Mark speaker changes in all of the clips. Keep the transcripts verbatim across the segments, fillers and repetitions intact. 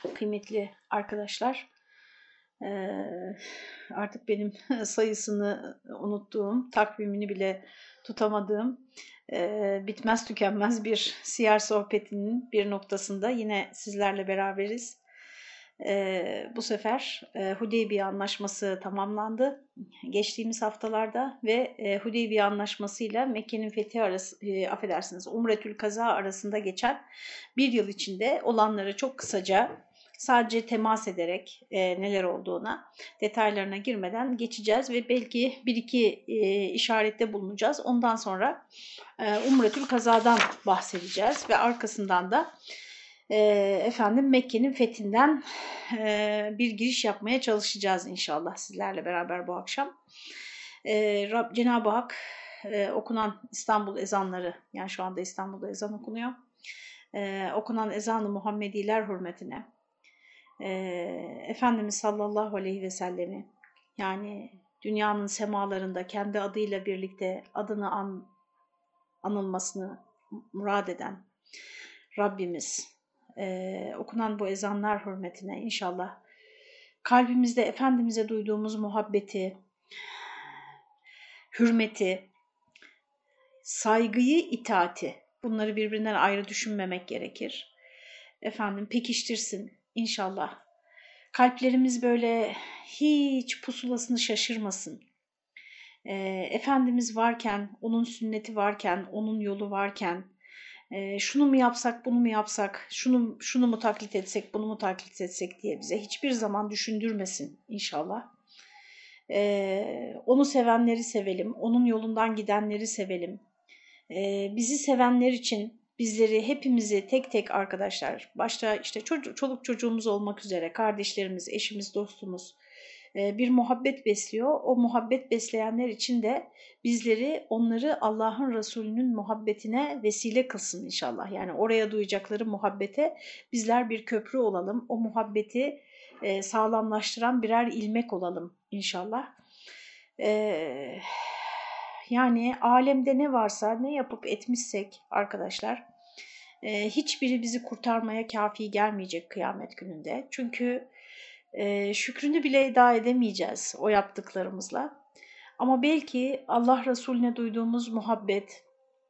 Speaker 1: kıymetli arkadaşlar. Ee, artık benim sayısını unuttuğum, takvimini bile tutamadığım, e, bitmez tükenmez bir siyer sohbetinin bir noktasında yine sizlerle beraberiz. Ee, bu sefer e, Hudeybiye Anlaşması tamamlandı geçtiğimiz haftalarda ve e, Hudeybiye Anlaşması'yla Mekke'nin fethi arası, e, affedersiniz Umretül Kaza arasında geçen bir yıl içinde olanları çok kısaca sadece temas ederek e, neler olduğuna, detaylarına girmeden geçeceğiz ve belki bir iki e, işarette bulunacağız. Ondan sonra e, Umretül Kaza'dan bahsedeceğiz ve arkasından da e, efendim Mekke'nin fethinden e, bir giriş yapmaya çalışacağız inşallah sizlerle beraber bu akşam. E, Rab, Cenab-ı Hak e, okunan İstanbul ezanları, yani şu anda İstanbul'da ezan okunuyor, e, okunan ezan-ı Muhammediler hürmetine, e, Efendimiz sallallahu aleyhi ve sellemi, yani dünyanın semalarında kendi adıyla birlikte adını an, anılmasını murad eden Rabbimiz, e, okunan bu ezanlar hürmetine inşallah kalbimizde Efendimiz'e duyduğumuz muhabbeti, hürmeti, saygıyı, itaati, bunları birbirinden ayrı düşünmemek gerekir. Efendim pekiştirsin inşallah. Kalplerimiz böyle hiç pusulasını şaşırmasın. E, Efendimiz varken, onun sünneti varken, onun yolu varken, e, şunu mu yapsak, bunu mu yapsak, şunu, şunu mu taklit etsek, bunu mu taklit etsek diye bize hiçbir zaman düşündürmesin inşallah. E, onu sevenleri sevelim, onun yolundan gidenleri sevelim. E, bizi sevenler için bizleri, hepimizi tek tek arkadaşlar, başta işte çocuk, çoluk çocuğumuz olmak üzere, kardeşlerimiz, eşimiz, dostumuz, bir muhabbet besliyor. O muhabbet besleyenler için de bizleri, onları Allah'ın Resulü'nün muhabbetine vesile kılsın inşallah. Yani oraya duyacakları muhabbete bizler bir köprü olalım. O muhabbeti sağlamlaştıran birer ilmek olalım inşallah. Yani alemde ne varsa, ne yapıp etmişsek arkadaşlar, hiçbiri bizi kurtarmaya kafi gelmeyecek kıyamet gününde. Çünkü Ee, şükrünü bile eda edemeyeceğiz o yaptıklarımızla. Ama belki Allah Resulüne duyduğumuz muhabbet,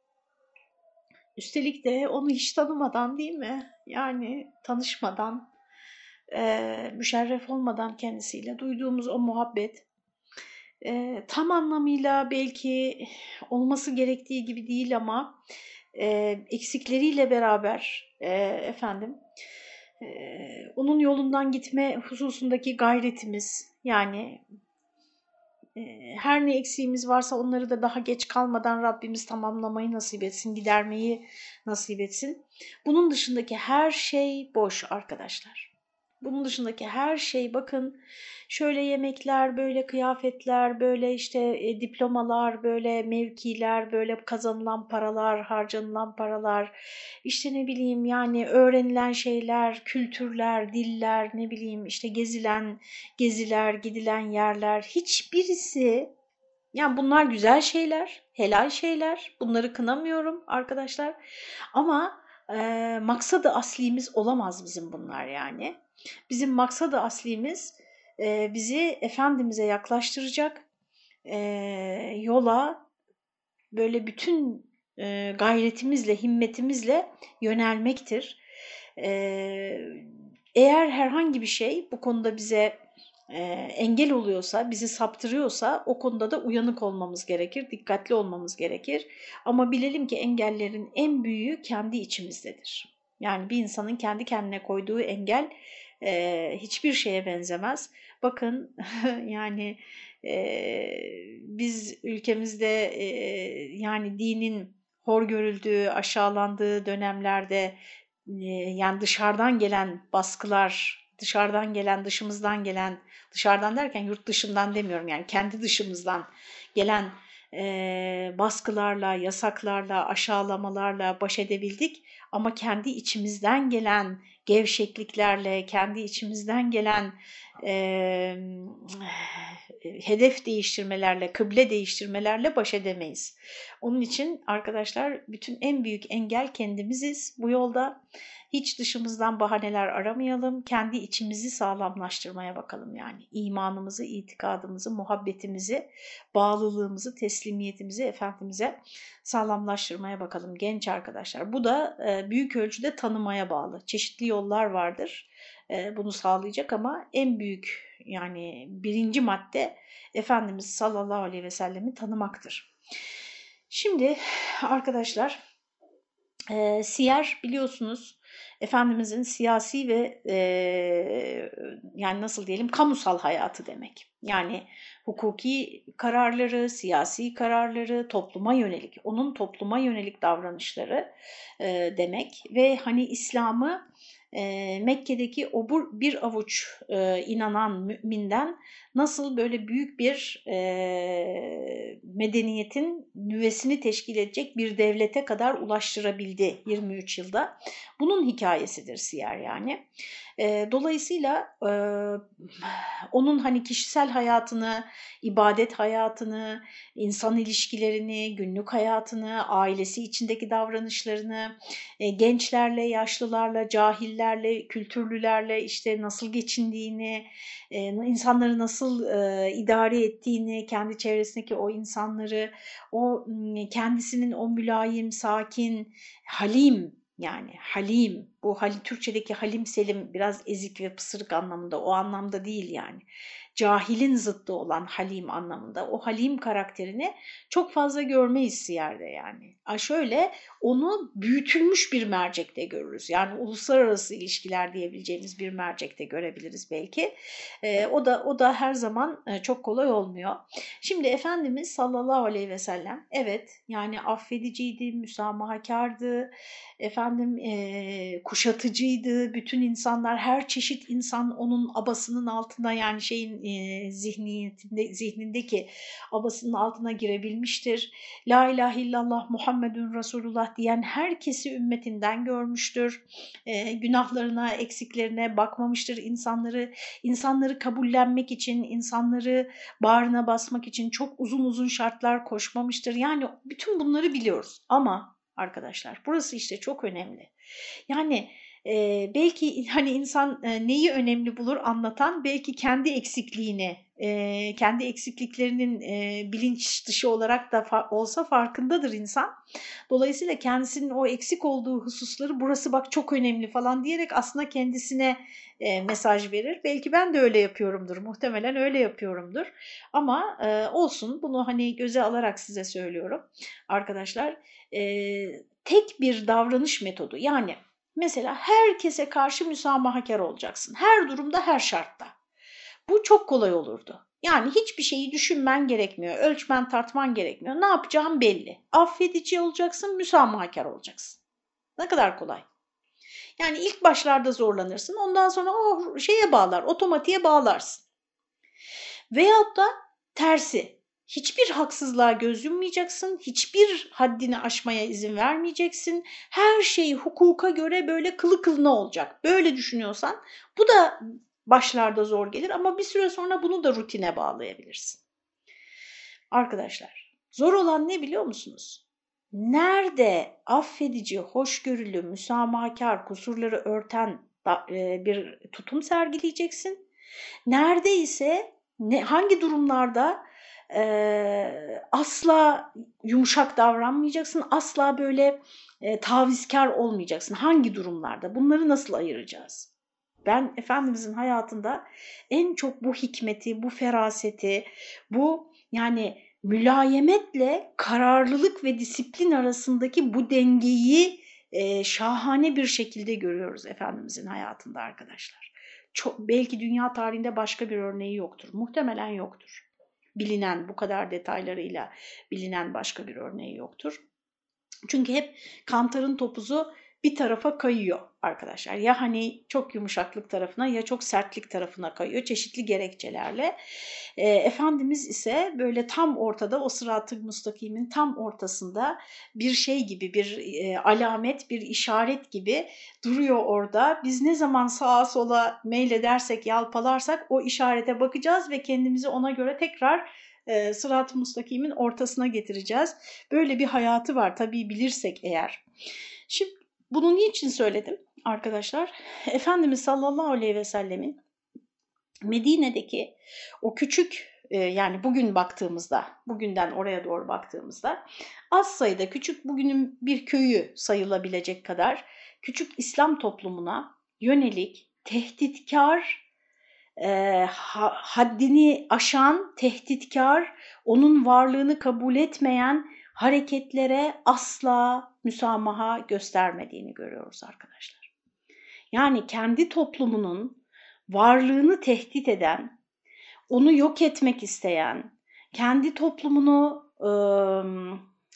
Speaker 1: üstelik de onu hiç tanımadan, değil mi? Yani tanışmadan, e, müşerref olmadan kendisiyle duyduğumuz o muhabbet, e, tam anlamıyla belki olması gerektiği gibi değil ama e, eksikleriyle beraber e, efendim, Ee, onun yolundan gitme hususundaki gayretimiz, yani e, her ne eksiğimiz varsa onları da daha geç kalmadan Rabbimiz tamamlamayı nasip etsin, gidermeyi nasip etsin. Bunun dışındaki her şey boş arkadaşlar. Bunun dışındaki her şey, bakın, şöyle yemekler, böyle kıyafetler, böyle işte e, diplomalar, böyle mevkiler, böyle kazanılan paralar, harcanılan paralar, işte ne bileyim yani öğrenilen şeyler, kültürler, diller, ne bileyim işte gezilen geziler, gidilen yerler, hiçbirisi, yani bunlar güzel şeyler, helal şeyler, bunları kınamıyorum arkadaşlar ama e, maksadı aslimiz olamaz bizim bunlar yani. Bizim maksadı aslimiz e, bizi Efendimiz'e yaklaştıracak e, yola böyle bütün e, gayretimizle, himmetimizle yönelmektir. E, eğer herhangi bir şey bu konuda bize e, engel oluyorsa, bizi saptırıyorsa o konuda da uyanık olmamız gerekir, dikkatli olmamız gerekir. Ama bilelim ki engellerin en büyüğü kendi içimizdedir. Yani bir insanın kendi kendine koyduğu engel e, hiçbir şeye benzemez. Bakın yani e, biz ülkemizde e, yani dinin hor görüldüğü, aşağılandığı dönemlerde e, yani dışarıdan gelen baskılar, dışarıdan gelen, dışımızdan gelen, dışarıdan derken yurt dışından demiyorum, yani kendi dışımızdan gelen e, baskılarla, yasaklarla, aşağılamalarla baş edebildik. Ama kendi içimizden gelen gevşekliklerle, kendi içimizden gelen e, hedef değiştirmelerle, kıble değiştirmelerle baş edemeyiz. Onun için arkadaşlar bütün en büyük engel kendimiziz bu yolda. Hiç dışımızdan bahaneler aramayalım. Kendi içimizi sağlamlaştırmaya bakalım yani. İmanımızı, itikadımızı, muhabbetimizi, bağlılığımızı, teslimiyetimizi Efendimiz'e sağlamlaştırmaya bakalım genç arkadaşlar. Bu da e, büyük ölçüde tanımaya bağlı. Çeşitli yollar vardır e, bunu sağlayacak ama en büyük yani birinci madde Efendimiz sallallahu aleyhi ve sellemi tanımaktır. Şimdi arkadaşlar e, siyer biliyorsunuz Efendimizin siyasi ve e, yani nasıl diyelim kamusal hayatı demek. Yani hukuki kararları, siyasi kararları, topluma yönelik, onun topluma yönelik davranışları e, demek ve hani İslam'ı e, Mekke'deki o bir avuç e, inanan müminden nasıl böyle büyük bir e, medeniyetin nüvesini teşkil edecek bir devlete kadar ulaştırabildi yirmi üç yılda. Bunun hikayesidir siyer yani. E, dolayısıyla e, onun hani kişisel hayatını, ibadet hayatını, insan ilişkilerini, günlük hayatını, ailesi içindeki davranışlarını, e, gençlerle, yaşlılarla, cahillerle, kültürlülerle işte nasıl geçindiğini, e, insanları nasıl e, idare ettiğini, kendi çevresindeki o insanları, o kendisinin o mülayim, sakin, halim yani halim, bu hal, Türkçedeki halim selim biraz ezik ve pısırık anlamında, o anlamda değil yani. Cahilin zıttı olan halim anlamında. O halim karakterini çok fazla görmeyiz siyerde yani. A şöyle onu büyütülmüş bir mercekte görürüz. Yani uluslararası ilişkiler diyebileceğimiz bir mercekte görebiliriz belki. E, o da o da her zaman e, çok kolay olmuyor. Şimdi Efendimiz sallallahu aleyhi ve sellem evet yani affediciydi, müsamahakardı, efendim e, kuşatıcıydı. Bütün insanlar, her çeşit insan onun abasının altına yani şeyin e, zihniyetinde, zihnindeki abasının altına girebilmiştir. La ilahe illallah Muhammedun Resulullah diyen herkesi ümmetinden görmüştür. E, günahlarına, eksiklerine bakmamıştır. İnsanları, insanları kabullenmek için, insanları bağrına basmak için çok uzun uzun şartlar koşmamıştır. Yani bütün bunları biliyoruz ama arkadaşlar burası işte çok önemli. Yani e, belki hani insan e, neyi önemli bulur anlatan belki kendi eksikliğini, e, kendi eksikliklerinin e, bilinç dışı olarak da fa- olsa farkındadır insan. Dolayısıyla kendisinin o eksik olduğu hususları burası bak çok önemli falan diyerek aslında kendisine e, mesaj verir. Belki ben de öyle yapıyorumdur, muhtemelen öyle yapıyorumdur. Ama e, olsun bunu hani göze alarak size söylüyorum arkadaşlar. E, tek bir davranış metodu yani mesela herkese karşı müsamahakar olacaksın. Her durumda, her şartta. Bu çok kolay olurdu. Yani hiçbir şeyi düşünmen gerekmiyor, ölçmen tartman gerekmiyor. Ne yapacağın belli. Affedici olacaksın, müsamahakar olacaksın. Ne kadar kolay. Yani ilk başlarda zorlanırsın, ondan sonra o şeye bağlar, otomatiğe bağlarsın. Veyahut da tersi. Hiçbir haksızlığa göz yummayacaksın, hiçbir haddini aşmaya izin vermeyeceksin. Her şey hukuka göre böyle kılı kılına olacak. Böyle düşünüyorsan bu da başlarda zor gelir ama bir süre sonra bunu da rutine bağlayabilirsin. Arkadaşlar, zor olan ne biliyor musunuz? Nerede affedici, hoşgörülü, müsamahakar, kusurları örten bir tutum sergileyeceksin? Nerede ise ne, hangi durumlarda e, asla yumuşak davranmayacaksın, asla böyle e, tavizkar olmayacaksın. Hangi durumlarda? Bunları nasıl ayıracağız? Ben Efendimizin hayatında en çok bu hikmeti, bu feraseti, bu yani mülayemetle kararlılık ve disiplin arasındaki bu dengeyi e, şahane bir şekilde görüyoruz Efendimizin hayatında arkadaşlar. Çok, belki dünya tarihinde başka bir örneği yoktur. Muhtemelen yoktur. Bilinen, bu kadar detaylarıyla bilinen başka bir örneği yoktur. Çünkü hep kantarın topuzu bir tarafa kayıyor arkadaşlar. Ya hani çok yumuşaklık tarafına ya çok sertlik tarafına kayıyor çeşitli gerekçelerle. E, Efendimiz ise böyle tam ortada, o sırat-ı müstakimin tam ortasında bir şey gibi, bir e, alamet, bir işaret gibi duruyor orada. Biz ne zaman sağa sola meyledersek, yalpalarsak o işarete bakacağız ve kendimizi ona göre tekrar e, sırat-ı müstakimin ortasına getireceğiz. Böyle bir hayatı var tabii bilirsek eğer. Şimdi bunu niçin söyledim? arkadaşlar, Efendimiz sallallahu aleyhi ve sellemin Medine'deki o küçük e, yani bugün baktığımızda, bugünden oraya doğru baktığımızda az sayıda küçük, bugünün bir köyü sayılabilecek kadar küçük İslam toplumuna yönelik tehditkar, e, ha- haddini aşan, tehditkar, onun varlığını kabul etmeyen hareketlere asla müsamaha göstermediğini görüyoruz arkadaşlar. Yani kendi toplumunun varlığını tehdit eden, onu yok etmek isteyen, kendi toplumunu ıı,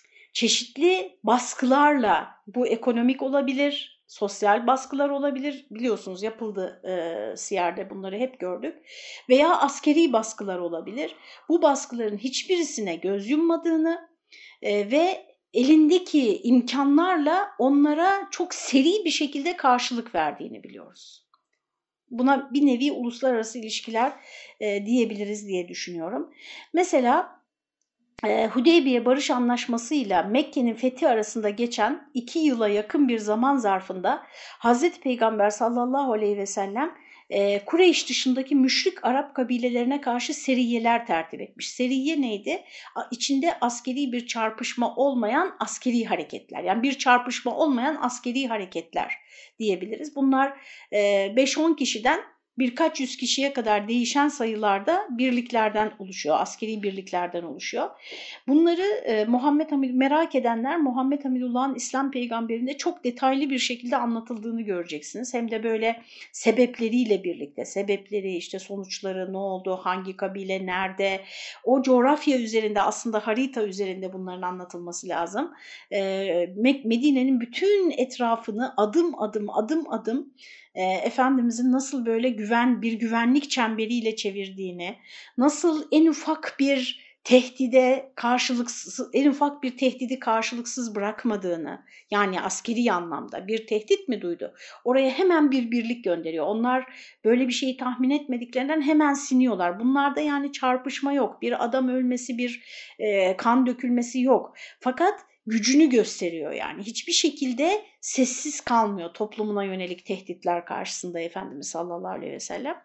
Speaker 1: çeşitli baskılarla, bu ekonomik olabilir, sosyal baskılar olabilir, biliyorsunuz yapıldı e, Siyer'de, bunları hep gördük, veya askeri baskılar olabilir. Bu baskıların hiçbirisine göz yummadığını e, ve elindeki imkanlarla onlara çok seri bir şekilde karşılık verdiğini biliyoruz. Buna bir nevi uluslararası ilişkiler e, diyebiliriz diye düşünüyorum. Mesela e, Hudeybiye Barış Anlaşması ile Mekke'nin fethi arasında geçen iki yıla yakın bir zaman zarfında Hazreti Peygamber sallallahu aleyhi ve sellem e, Kureyş dışındaki müşrik Arap kabilelerine karşı seriyeler tertip etmiş. Seriye neydi? İçinde askeri bir çarpışma olmayan askeri hareketler. Yani bir çarpışma olmayan askeri hareketler diyebiliriz. Bunlar beş on kişiden birkaç yüz kişiye kadar değişen sayılarda birliklerden oluşuyor, askeri birliklerden oluşuyor. Bunları e, Muhammed Hamid merak edenler Muhammed Hamidullah'ın İslam peygamberinde çok detaylı bir şekilde anlatıldığını göreceksiniz. Hem de böyle sebepleriyle birlikte, sebepleri, işte sonuçları, ne oldu, hangi kabile, nerede, o coğrafya üzerinde, aslında harita üzerinde bunların anlatılması lazım. E, Medine'nin bütün etrafını adım adım adım adım e, Efendimizin nasıl böyle güven bir güvenlik çemberiyle çevirdiğini, nasıl en ufak bir tehdide karşılıksız, en ufak bir tehdidi karşılıksız bırakmadığını, yani askeri anlamda bir tehdit mi duydu? Oraya hemen bir birlik gönderiyor. Onlar böyle bir şeyi tahmin etmediklerinden hemen siniyorlar. Bunlarda yani çarpışma yok, bir adam ölmesi, bir e, kan dökülmesi yok. Fakat gücünü gösteriyor yani. Hiçbir şekilde sessiz kalmıyor toplumuna yönelik tehditler karşısında Efendimiz sallallahu aleyhi ve sellem.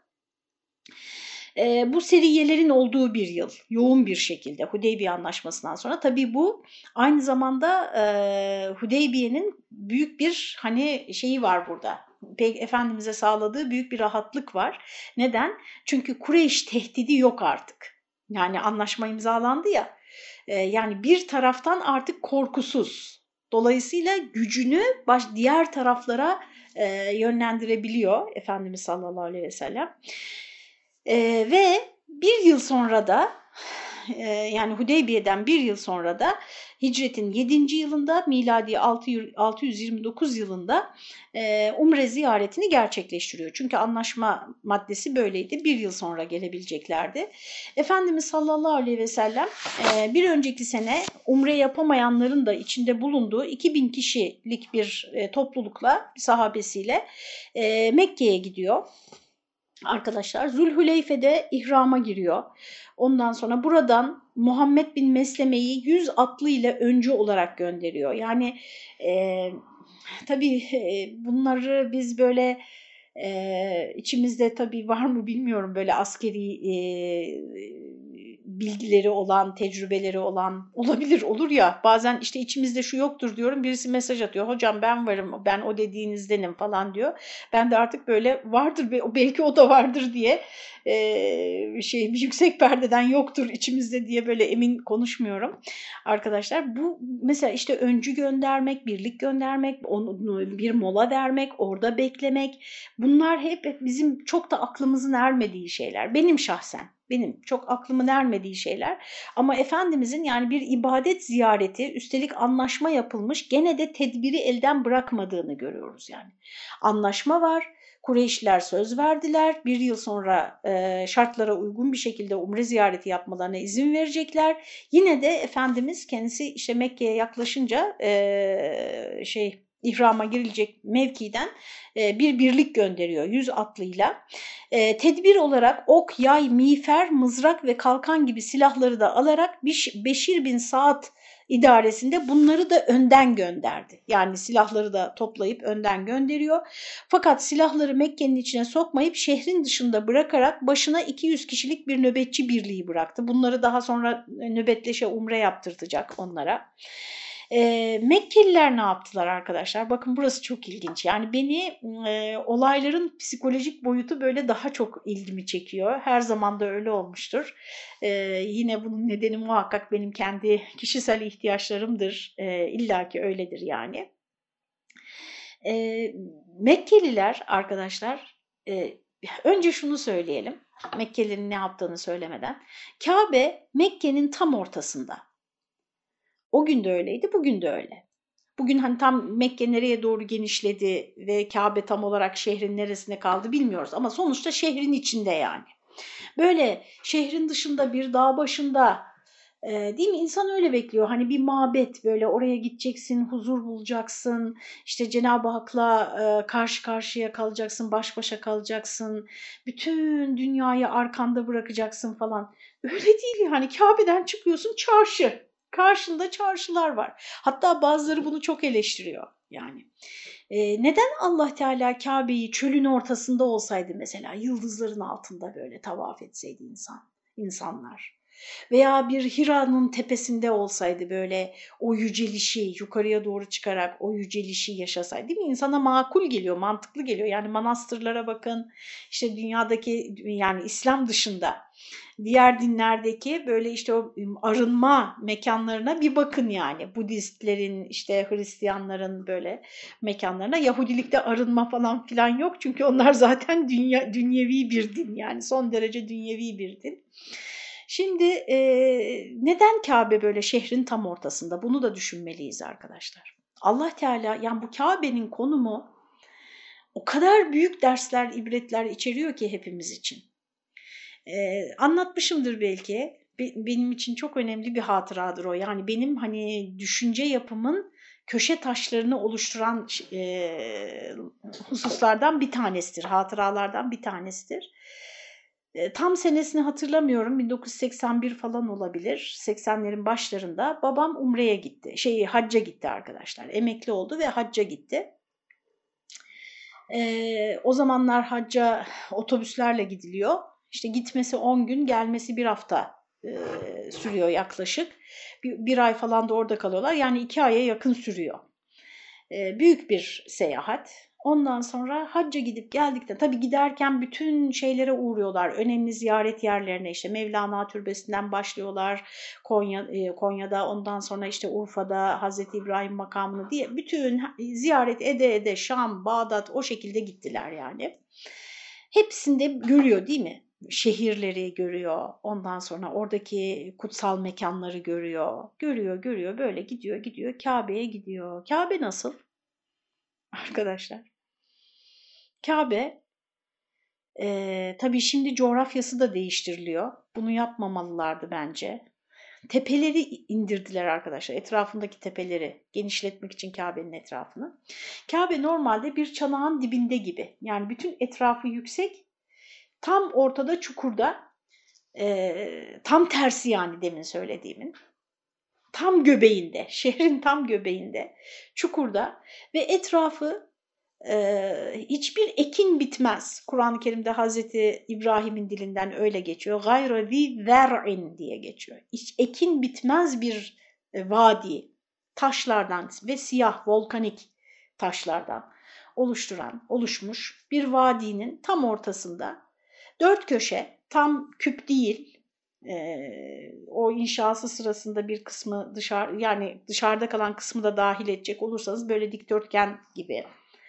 Speaker 1: E, bu seriyelerin olduğu bir yıl, yoğun bir şekilde Hudeybiye Anlaşması'ndan sonra. Tabii bu aynı zamanda e, Hudeybiye'nin büyük bir hani şeyi var burada. Efendimiz'e sağladığı büyük bir rahatlık var. Neden? Çünkü Kureyş tehdidi yok artık. Yani anlaşma imzalandı ya. E, yani bir taraftan artık korkusuz. Dolayısıyla gücünü baş, diğer taraflara e, yönlendirebiliyor Efendimiz sallallahu aleyhi ve sellem. E, ve bir yıl sonra da e, yani Hudeybiye'den bir yıl sonra da hicretin yedinci yılında, miladi altı yüz yirmi dokuz yılında e, Umre ziyaretini gerçekleştiriyor. Çünkü anlaşma maddesi böyleydi. Bir yıl sonra gelebileceklerdi. Efendimiz sallallahu aleyhi ve sellem e, bir önceki sene Umre yapamayanların da içinde bulunduğu iki bin kişilik bir e, toplulukla, sahabesiyle e, Mekke'ye gidiyor. Arkadaşlar Zülhüleyfe'de ihrama giriyor. Ondan sonra buradan Muhammed bin Mesleme'yi yüz atlı ile öncü olarak gönderiyor. Yani e, tabii e, bunları biz böyle e, içimizde tabii var mı bilmiyorum, böyle askeri e, bilgileri olan, tecrübeleri olan olabilir, olur ya, bazen işte içimizde şu yoktur diyorum, birisi mesaj atıyor, hocam ben varım, ben o dediğinizdenim falan diyor. Ben de artık böyle vardır, belki o da vardır diye e, şey yüksek perdeden yoktur içimizde diye böyle emin konuşmuyorum arkadaşlar. Bu mesela işte öncü göndermek, birlik göndermek, onu, bir mola vermek, orada beklemek, bunlar hep bizim çok da aklımızın ermediği şeyler. Benim şahsen benim çok aklımın ermediği şeyler, ama Efendimizin yani bir ibadet ziyareti, üstelik anlaşma yapılmış, gene de tedbiri elden bırakmadığını görüyoruz yani. Anlaşma var, Kureyşliler söz verdiler, bir yıl sonra e, şartlara uygun bir şekilde Umre ziyareti yapmalarına izin verecekler. Yine de Efendimiz kendisi işte Mekke'ye yaklaşınca e, şey ihrama girilecek mevkiden e, bir birlik gönderiyor yüz atlıyla. E, tedbir olarak ok, yay, miğfer, mızrak ve kalkan gibi silahları da alarak Beşir bin Saad idaresinde bunları da önden gönderdi. Yani silahları da toplayıp önden gönderiyor. Fakat silahları Mekke'nin içine sokmayıp şehrin dışında bırakarak başına iki yüz kişilik bir nöbetçi birliği bıraktı. Bunları daha sonra nöbetleşe umre yaptırtacak onlara. E, Mekkeliler ne yaptılar arkadaşlar? Bakın burası çok ilginç. Yani beni e, olayların psikolojik boyutu böyle daha çok ilgimi çekiyor. Her zaman da öyle olmuştur. E, yine bunun nedeni muhakkak benim kendi kişisel ihtiyaçlarımdır. E, İlla ki öyledir yani. E, Mekkeliler arkadaşlar, e, önce şunu söyleyelim. Mekkelilerin ne yaptığını söylemeden. Kabe Mekke'nin tam ortasında. O gün de öyleydi, bugün de öyle. Bugün hani tam Mekke nereye doğru genişledi ve Kabe tam olarak şehrin neresine kaldı bilmiyoruz. Ama sonuçta şehrin içinde yani. Böyle şehrin dışında bir dağ başında, e, değil mi? İnsan öyle bekliyor. Hani bir mabet, böyle oraya gideceksin, huzur bulacaksın. İşte Cenab-ı Hak'la e, karşı karşıya kalacaksın, baş başa kalacaksın. Bütün dünyayı arkanda bırakacaksın falan. Öyle değil yani. Kabe'den çıkıyorsun, çarşı. Karşında çarşılar var. Hatta bazıları bunu çok eleştiriyor yani. Ee, neden Allah Teala Kabe'yi çölün ortasında olsaydı, mesela yıldızların altında böyle tavaf etseydi insan, insanlar? Veya bir Hira'nın tepesinde olsaydı, böyle o yücelişi yukarıya doğru çıkarak o yücelişi yaşasaydı, değil mi? İnsana makul geliyor, mantıklı geliyor. Yani manastırlara bakın, işte dünyadaki, yani İslam dışında diğer dinlerdeki böyle işte o arınma mekanlarına bir bakın yani. Budistlerin, işte Hristiyanların böyle mekanlarına. Yahudilikte arınma falan filan yok. Çünkü onlar zaten dünya, dünyevi bir din, yani son derece dünyevi bir din. Şimdi e, neden Kabe böyle şehrin tam ortasında? Bunu da düşünmeliyiz arkadaşlar. Allah Teala, yani bu Kabe'nin konumu o kadar büyük dersler, ibretler içeriyor ki hepimiz için. Ee, anlatmışımdır belki. Be- benim için çok önemli bir hatıradır o. Yani benim hani düşünce yapımın köşe taşlarını oluşturan e, hususlardan bir tanesidir. Hatıralardan bir tanesidir. E, tam senesini hatırlamıyorum. bin dokuz yüz seksen bir falan olabilir. seksenlerin başlarında babam Umre'ye gitti. Şey, hacca gitti arkadaşlar. Emekli oldu ve hacca gitti. E, o zamanlar hacca otobüslerle gidiliyor. İşte gitmesi on gün, gelmesi bir hafta e, sürüyor yaklaşık. Bir, bir ay falan da orada kalıyorlar. Yani iki aya yakın sürüyor. E, büyük bir seyahat. Ondan sonra hacca gidip geldikten, tabii giderken bütün şeylere uğruyorlar. Önemli ziyaret yerlerine, işte Mevlana Türbesi'nden başlıyorlar. Konya, e, Konya'da, ondan sonra işte Urfa'da Hazreti İbrahim makamını diye bütün ziyaret ede ede Şam, Bağdat, o şekilde gittiler yani. Hepsinde görüyor, değil mi? Şehirleri görüyor. Ondan sonra oradaki kutsal mekanları görüyor. Görüyor, görüyor. Böyle gidiyor, gidiyor. Kabe'ye gidiyor. Kabe nasıl? Arkadaşlar. Kabe, e, tabii şimdi coğrafyası da değiştiriliyor. Bunu yapmamalılardı bence. Tepeleri indirdiler arkadaşlar. Etrafındaki tepeleri genişletmek için Kabe'nin etrafını. Kabe normalde bir çanağın dibinde gibi. Yani bütün etrafı yüksek. Tam ortada çukurda, e, tam tersi yani demin söylediğimin. Tam göbeğinde, şehrin tam göbeğinde, çukurda ve etrafı e, hiçbir ekin bitmez. Kur'an-ı Kerim'de Hazreti İbrahim'in dilinden öyle geçiyor. Gayre zi zer'in diye geçiyor. Hiç ekin bitmez bir e, vadi, taşlardan ve siyah volkanik taşlardan oluşturan, oluşmuş bir vadinin tam ortasında, dört köşe, tam küp değil, ee, o inşası sırasında bir kısmı dışarı, yani dışarıda kalan kısmı da dahil edecek olursanız böyle dikdörtgen gibi.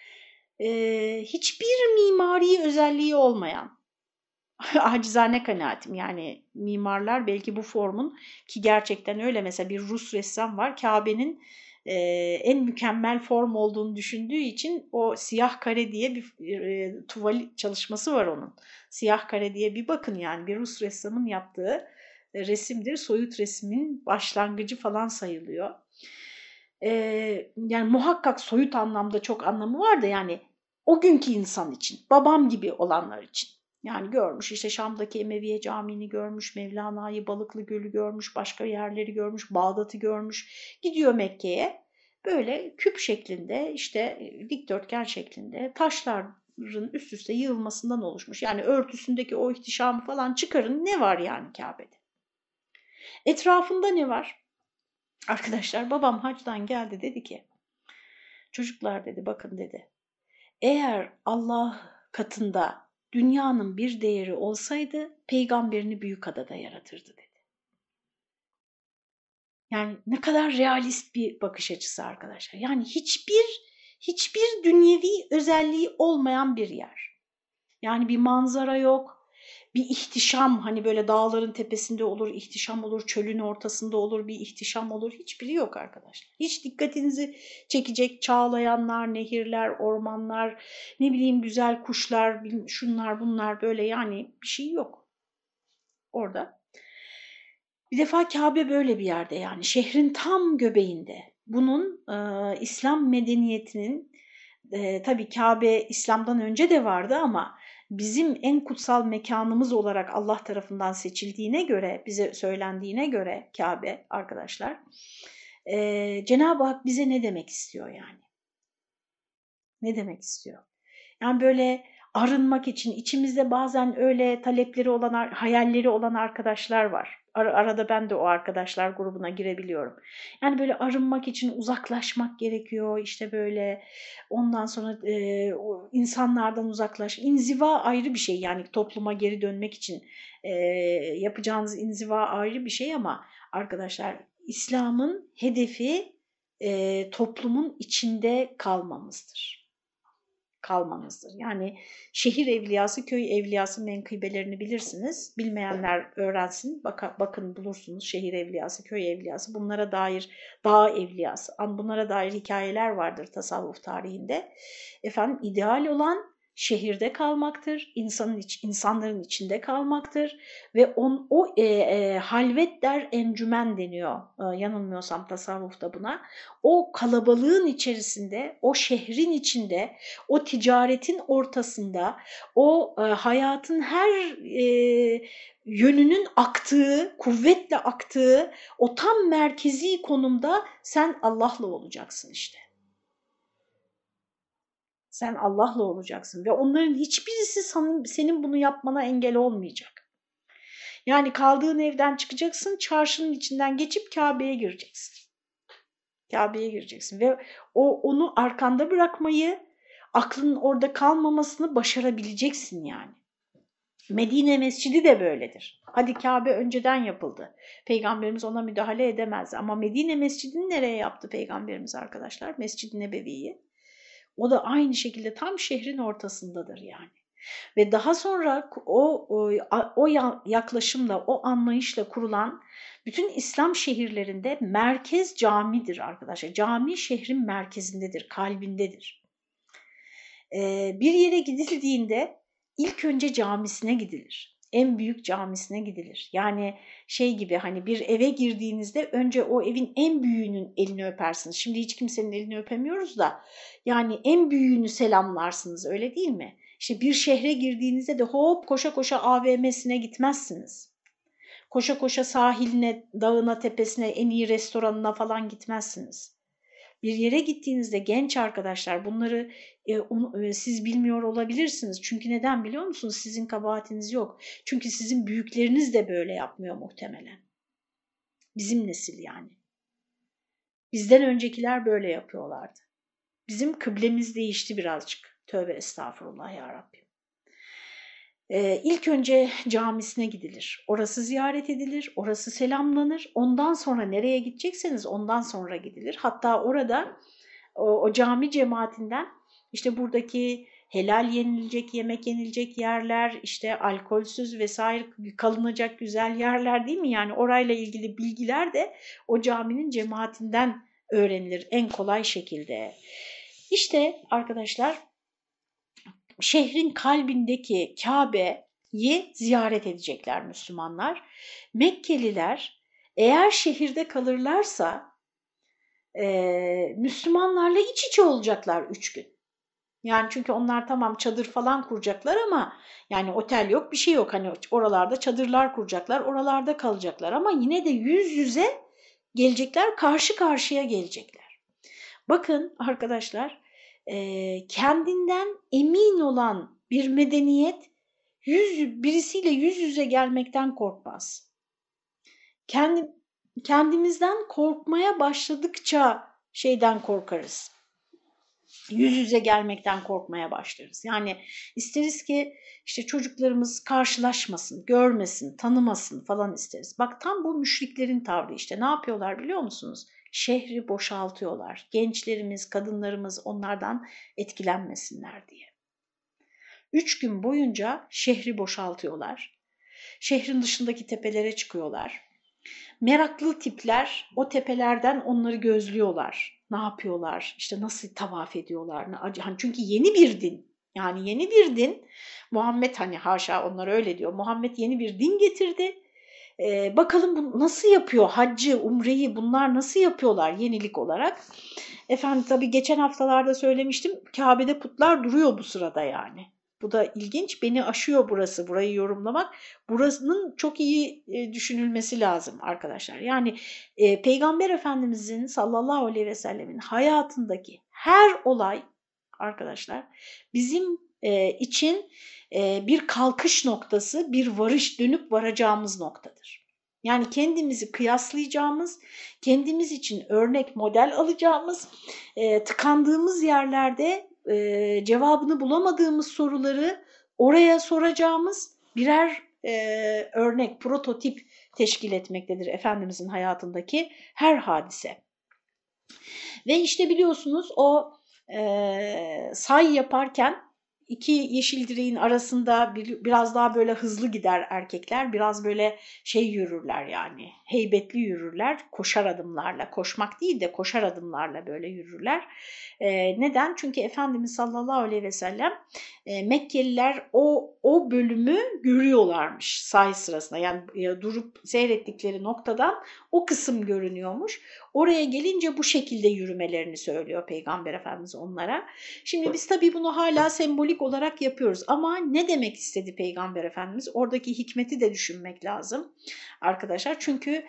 Speaker 1: Ee, hiçbir mimari özelliği olmayan, acizane kanaatim, yani mimarlar belki bu formun, ki gerçekten öyle, mesela bir Rus ressam var, Kabe'nin e, en mükemmel form olduğunu düşündüğü için o siyah kare diye bir e, tuval çalışması var onun. Siyah kare diye bir bakın, yani bir Rus ressamın yaptığı e, resimdir. Soyut resmin başlangıcı falan sayılıyor. E, yani muhakkak soyut anlamda çok anlamı var da, yani o günkü insan için, babam gibi olanlar için. Yani görmüş işte Şam'daki Emeviye Camii'ni görmüş, Mevlana'yı, Balıklı Gölü görmüş, başka yerleri görmüş, Bağdat'ı görmüş. Gidiyor Mekke'ye böyle küp şeklinde işte dikdörtgen şeklinde taşların üst üste yığılmasından oluşmuş. Yani örtüsündeki o ihtişamı falan çıkarın, ne var yani Kabe'de? Etrafında ne var? Arkadaşlar babam hacdan geldi, dedi ki çocuklar dedi, bakın dedi, eğer Allah katında dünyanın bir değeri olsaydı peygamberini Büyükada'da yaratırdı dedi. Yani ne kadar realist bir bakış açısı arkadaşlar. Yani hiçbir hiçbir dünyevi özelliği olmayan bir yer. Yani bir manzara yok, bir ihtişam, hani böyle dağların tepesinde olur ihtişam olur, çölün ortasında olur bir ihtişam olur, hiçbiri yok arkadaşlar. Hiç dikkatinizi çekecek çağlayanlar, nehirler, ormanlar, ne bileyim güzel kuşlar, şunlar bunlar, böyle yani bir şey yok orada. Bir defa Kabe böyle bir yerde, yani şehrin tam göbeğinde. Bunun e, İslam medeniyetinin e, tabii Kabe İslam'dan önce de vardı ama bizim en kutsal mekanımız olarak Allah tarafından seçildiğine göre, bize söylendiğine göre Kabe arkadaşlar, e, Cenab-ı Hak bize ne demek istiyor yani? Ne demek istiyor? Yani böyle arınmak için içimizde bazen öyle talepleri olan, hayalleri olan arkadaşlar var. Ar- arada ben de o arkadaşlar grubuna girebiliyorum. Yani böyle arınmak için uzaklaşmak gerekiyor. İşte böyle ondan sonra e, o insanlardan uzaklaş. İnziva ayrı bir şey, yani topluma geri dönmek için e, yapacağınız inziva ayrı bir şey ama arkadaşlar İslam'ın hedefi e, toplumun içinde kalmamızdır. Kalmanızdır. Yani şehir evliyası, köy evliyası menkıbelerini bilirsiniz. Bilmeyenler öğrensin. Baka, bakın bulursunuz, şehir evliyası, köy evliyası. Bunlara dair dağ evliyası. Bunlara dair hikayeler vardır tasavvuf tarihinde. Efendim ideal olan şehirde kalmaktır, insanın iç, insanların içinde kalmaktır ve on, o e, e, halvet der encümen deniyor, e, yanılmıyorsam tasavvufta buna. O kalabalığın içerisinde, o şehrin içinde, o ticaretin ortasında, o e, hayatın her e, yönünün aktığı, kuvvetle aktığı o tam merkezi konumda sen Allah'la olacaksın işte. Sen Allah'la olacaksın ve onların hiçbirisi senin bunu yapmana engel olmayacak. Yani kaldığın evden çıkacaksın, çarşının içinden geçip Kabe'ye gireceksin. Kabe'ye gireceksin ve o onu arkanda bırakmayı, aklının orada kalmamasını başarabileceksin yani. Medine Mescidi de böyledir. Hadi Kabe önceden yapıldı. Peygamberimiz ona müdahale edemezdi ama Medine Mescidi'ni nereye yaptı Peygamberimiz arkadaşlar? Mescid-i Nebevi'yi. O da aynı şekilde tam şehrin ortasındadır yani. Ve daha sonra o, o, o yaklaşımla, o anlayışla kurulan bütün İslam şehirlerinde merkez camidir arkadaşlar. Cami şehrin merkezindedir, kalbindedir. Ee, bir yere gidildiğinde ilk önce camisine gidilir. En büyük camisine gidilir. Yani şey gibi, hani bir eve girdiğinizde önce o evin en büyüğünün elini öpersiniz. Şimdi hiç kimsenin elini öpemiyoruz da yani en büyüğünü selamlarsınız, öyle değil mi? İşte bir şehre girdiğinizde de hop koşa koşa A V M'sine gitmezsiniz. Koşa koşa sahiline, dağına, tepesine, en iyi restoranına falan gitmezsiniz. Bir yere gittiğinizde genç arkadaşlar bunları e, onu, e, siz bilmiyor olabilirsiniz. Çünkü neden biliyor musunuz? Sizin kabahatiniz yok. Çünkü sizin büyükleriniz de böyle yapmıyor muhtemelen. Bizim nesil yani. Bizden öncekiler böyle yapıyorlardı. Bizim kıblemiz değişti birazcık. Tövbe estağfurullah ya Rabbim. Ee, ilk önce camisine gidilir. Orası ziyaret edilir, orası selamlanır. Ondan sonra nereye gidecekseniz ondan sonra gidilir. Hatta orada o, o cami cemaatinden işte buradaki helal yenilecek, yemek yenilecek yerler, işte alkolsüz vesaire kalınacak güzel yerler, değil mi? Yani orayla ilgili bilgiler de o caminin cemaatinden öğrenilir en kolay şekilde. İşte arkadaşlar, şehrin kalbindeki Kabe'yi ziyaret edecekler Müslümanlar. Mekkeliler eğer şehirde kalırlarsa e, Müslümanlarla iç içe olacaklar üç gün. Yani çünkü onlar tamam çadır falan kuracaklar ama yani otel yok, bir şey yok. Hani oralarda çadırlar kuracaklar, oralarda kalacaklar ama yine de yüz yüze gelecekler, karşı karşıya gelecekler. Bakın arkadaşlar, e, kendinden emin olan bir medeniyet yüz, birisiyle yüz yüze gelmekten korkmaz. Kendi, kendimizden korkmaya başladıkça şeyden korkarız. Yüz yüze gelmekten korkmaya başlarız. Yani isteriz ki işte çocuklarımız karşılaşmasın, görmesin, tanımasın falan isteriz. Bak tam bu müşriklerin tavrı işte. Ne yapıyorlar biliyor musunuz? Şehri boşaltıyorlar. Gençlerimiz, kadınlarımız onlardan etkilenmesinler diye. Üç gün boyunca şehri boşaltıyorlar. Şehrin dışındaki tepelere çıkıyorlar. Meraklı tipler o tepelerden onları gözlüyorlar. Ne yapıyorlar? İşte nasıl tavaf ediyorlar? Hani çünkü yeni bir din. Yani yeni bir din. Muhammed hani haşa onlar öyle diyor. Muhammed yeni bir din getirdi. Ee, bakalım bu nasıl yapıyor? Haccı, umreyi bunlar nasıl yapıyorlar yenilik olarak? Efendim tabii geçen haftalarda söylemiştim. Kabe'de putlar duruyor bu sırada yani. Bu da ilginç. Beni aşıyor burası, burayı yorumlamak. Burasının çok iyi e, düşünülmesi lazım arkadaşlar. Yani e, Peygamber Efendimizin sallallahu aleyhi ve sellemin hayatındaki her olay arkadaşlar bizim e, için e, bir kalkış noktası, bir varış, dönüp varacağımız noktadır. Yani kendimizi kıyaslayacağımız, kendimiz için örnek model alacağımız, e, tıkandığımız yerlerde e, cevabını bulamadığımız soruları oraya soracağımız birer e, örnek, prototip teşkil etmektedir Efendimizin hayatındaki her hadise. Ve işte biliyorsunuz o e, say yaparken iki yeşil direğin arasında bir, biraz daha böyle hızlı gider erkekler, biraz böyle şey yürürler yani heybetli yürürler, koşar adımlarla, koşmak değil de koşar adımlarla böyle yürürler. E, neden? Çünkü Efendimiz sallallahu aleyhi ve sellem e, Mekkeliler o, o bölümü görüyorlarmış say sırasında yani e, durup seyrettikleri noktadan o kısım görünüyormuş. Oraya gelince bu şekilde yürümelerini söylüyor Peygamber Efendimiz onlara. Şimdi biz tabii bunu hala sembolik olarak yapıyoruz ama ne demek istedi Peygamber Efendimiz? Oradaki hikmeti de düşünmek lazım arkadaşlar. Çünkü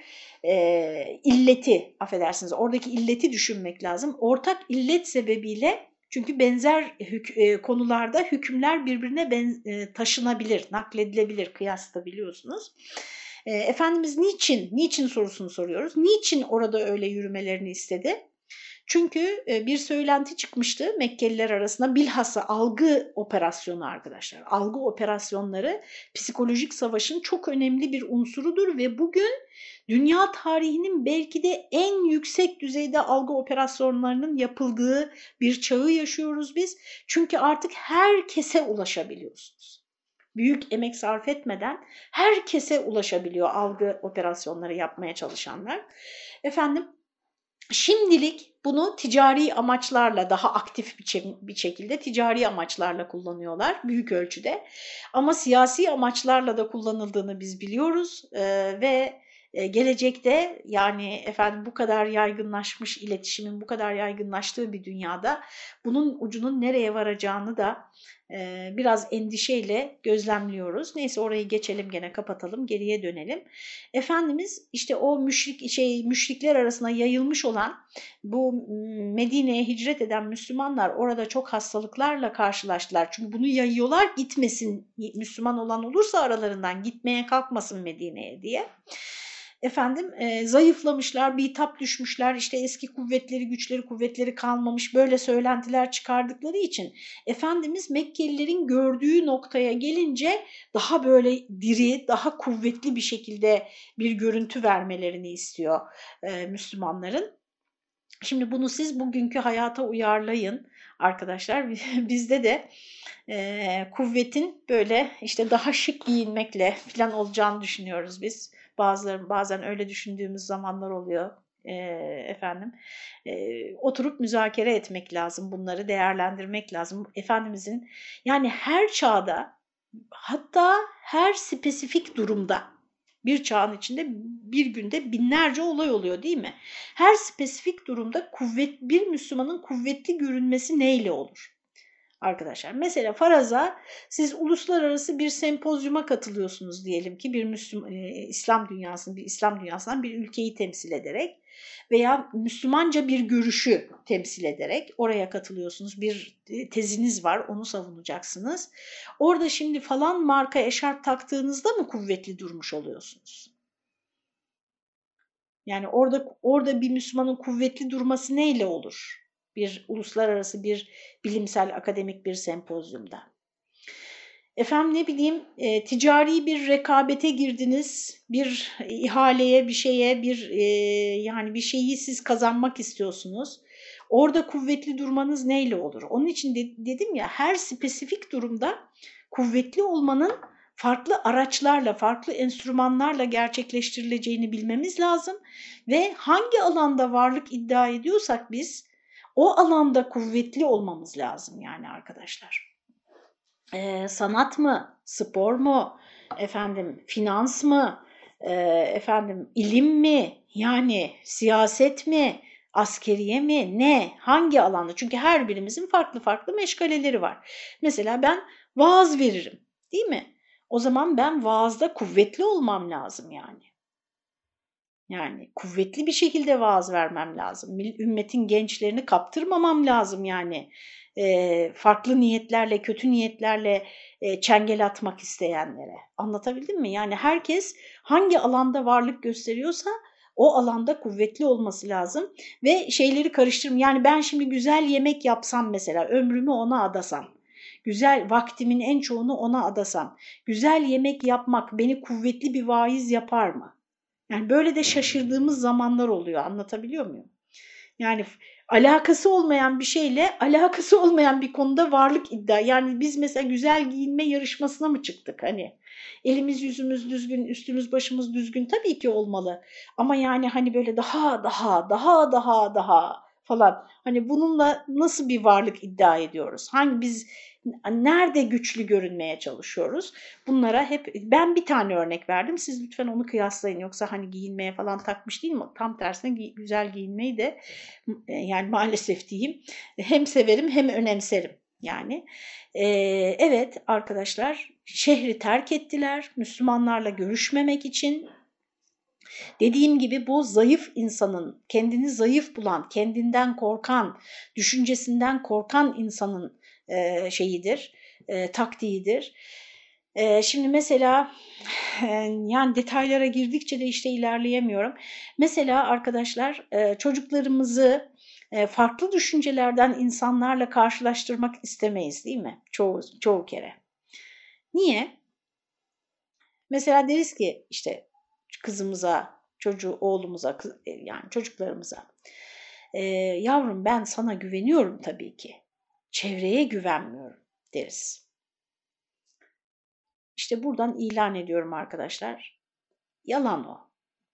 Speaker 1: e, illeti, affedersiniz oradaki illeti düşünmek lazım. Ortak illet sebebiyle çünkü benzer hük e, konularda hükümler birbirine ben, e, taşınabilir, nakledilebilir, kıyasla biliyorsunuz. E, Efendimiz niçin, niçin sorusunu soruyoruz. Niçin orada öyle yürümelerini istedi? Çünkü e, bir söylenti çıkmıştı Mekkeliler arasında bilhassa algı operasyonu arkadaşlar. Algı operasyonları psikolojik savaşın çok önemli bir unsurudur ve bugün dünya tarihinin belki de en yüksek düzeyde algı operasyonlarının yapıldığı bir çağı yaşıyoruz biz. Çünkü artık herkese ulaşabiliyorsunuz. Büyük emek sarf etmeden herkese ulaşabiliyor algı operasyonları yapmaya çalışanlar. Efendim şimdilik bunu ticari amaçlarla daha aktif bir şekilde ticari amaçlarla kullanıyorlar büyük ölçüde. Ama siyasi amaçlarla da kullanıldığını biz biliyoruz ee, ve gelecekte yani efendim bu kadar yaygınlaşmış iletişimin bu kadar yaygınlaştığı bir dünyada bunun ucunun nereye varacağını da e, biraz endişeyle gözlemliyoruz. Neyse orayı geçelim gene kapatalım geriye dönelim. Efendimiz işte o müşrik şey müşrikler arasında yayılmış olan bu Medine'ye hicret eden Müslümanlar orada çok hastalıklarla karşılaştılar. Çünkü bunu yayıyorlar gitmesin Müslüman olan olursa aralarından gitmeye kalkmasın Medine'ye diye. Efendim e, zayıflamışlar, bitap düşmüşler, işte eski kuvvetleri, güçleri, kuvvetleri kalmamış böyle söylentiler çıkardıkları için Efendimiz Mekkelilerin gördüğü noktaya gelince daha böyle diri, daha kuvvetli bir şekilde bir görüntü vermelerini istiyor e, Müslümanların. Şimdi bunu siz bugünkü hayata uyarlayın arkadaşlar. Bizde de e, kuvvetin böyle işte daha şık giyinmekle falan olacağını düşünüyoruz biz. Bazıları bazen öyle düşündüğümüz zamanlar oluyor e, efendim. E, oturup müzakere etmek lazım, bunları değerlendirmek lazım. Efendimizin yani her çağda hatta her spesifik durumda bir çağın içinde bir günde binlerce olay oluyor değil mi? Her spesifik durumda kuvvet, bir Müslümanın kuvvetli görünmesi neyle olur? arkadaşlar. Mesela faraza siz uluslararası bir sempozyuma katılıyorsunuz diyelim ki bir Müslüman, e, İslam dünyasının bir İslam dünyasından bir ülkeyi temsil ederek veya Müslümanca bir görüşü temsil ederek oraya katılıyorsunuz. Bir teziniz var, onu savunacaksınız. Orada şimdi falan marka eşarp taktığınızda mı kuvvetli durmuş oluyorsunuz? Yani orada orada bir Müslümanın kuvvetli durması neyle olur? Bir uluslararası bir bilimsel akademik bir sempozyumda. Efendim ne bileyim e, ticari bir rekabete girdiniz, bir ihaleye, bir şeye, bir e, yani bir şeyi siz kazanmak istiyorsunuz. Orada kuvvetli durmanız neyle olur? Onun için de, dedim ya her spesifik durumda kuvvetli olmanın farklı araçlarla, farklı enstrümanlarla gerçekleştirileceğini bilmemiz lazım ve hangi alanda varlık iddia ediyorsak biz o alanda kuvvetli olmamız lazım yani arkadaşlar. Ee, sanat mı, spor mu, efendim finans mı, e, efendim ilim mi, yani siyaset mi, askeriye mi, ne, hangi alanda? Çünkü her birimizin farklı farklı meşgaleleri var. Mesela ben vaaz veririm, değil mi? O zaman ben vaazda kuvvetli olmam lazım yani. Yani kuvvetli bir şekilde vaaz vermem lazım. Ümmetin gençlerini kaptırmamam lazım yani. E, farklı niyetlerle, kötü niyetlerle e, çengel atmak isteyenlere. Anlatabildim mi? Yani herkes hangi alanda varlık gösteriyorsa o alanda kuvvetli olması lazım. Ve şeyleri karıştırım. Yani ben şimdi güzel yemek yapsam mesela, ömrümü ona adasam. Güzel vaktimin en çoğunu ona adasam. Güzel yemek yapmak beni kuvvetli bir vaiz yapar mı? Yani böyle de şaşırdığımız zamanlar oluyor. Anlatabiliyor muyum? Yani alakası olmayan bir şeyle alakası olmayan bir konuda varlık iddia. Yani biz mesela güzel giyinme yarışmasına mı çıktık hani? Elimiz yüzümüz düzgün, üstümüz başımız düzgün tabii ki olmalı. Ama yani hani böyle daha daha daha daha daha falan. Hani bununla nasıl bir varlık iddia ediyoruz? Hangi biz nerede güçlü görünmeye çalışıyoruz? Bunlara hep ben bir tane örnek verdim. Siz lütfen onu kıyaslayın. Yoksa hani giyinmeye falan takmış değil mi? Tam tersine güzel giyinmeyi de yani maalesef diyeyim hem severim hem önemserim yani. Ee, evet arkadaşlar şehri terk ettiler Müslümanlarla görüşmemek için. Dediğim gibi bu zayıf insanın, kendini zayıf bulan, kendinden korkan, düşüncesinden korkan insanın e, şeyidir, e, taktiğidir. E, şimdi mesela e, yani detaylara girdikçe de işte ilerleyemiyorum. Mesela arkadaşlar e, çocuklarımızı e, farklı düşüncelerden insanlarla karşılaştırmak istemeyiz değil mi? Çoğu, çoğu kere. Niye? Mesela deriz ki işte kızımıza, çocuğu, oğlumuza, yani çocuklarımıza e, yavrum ben sana güveniyorum tabii ki. Çevreye güvenmiyorum deriz. İşte buradan ilan ediyorum arkadaşlar. Yalan o.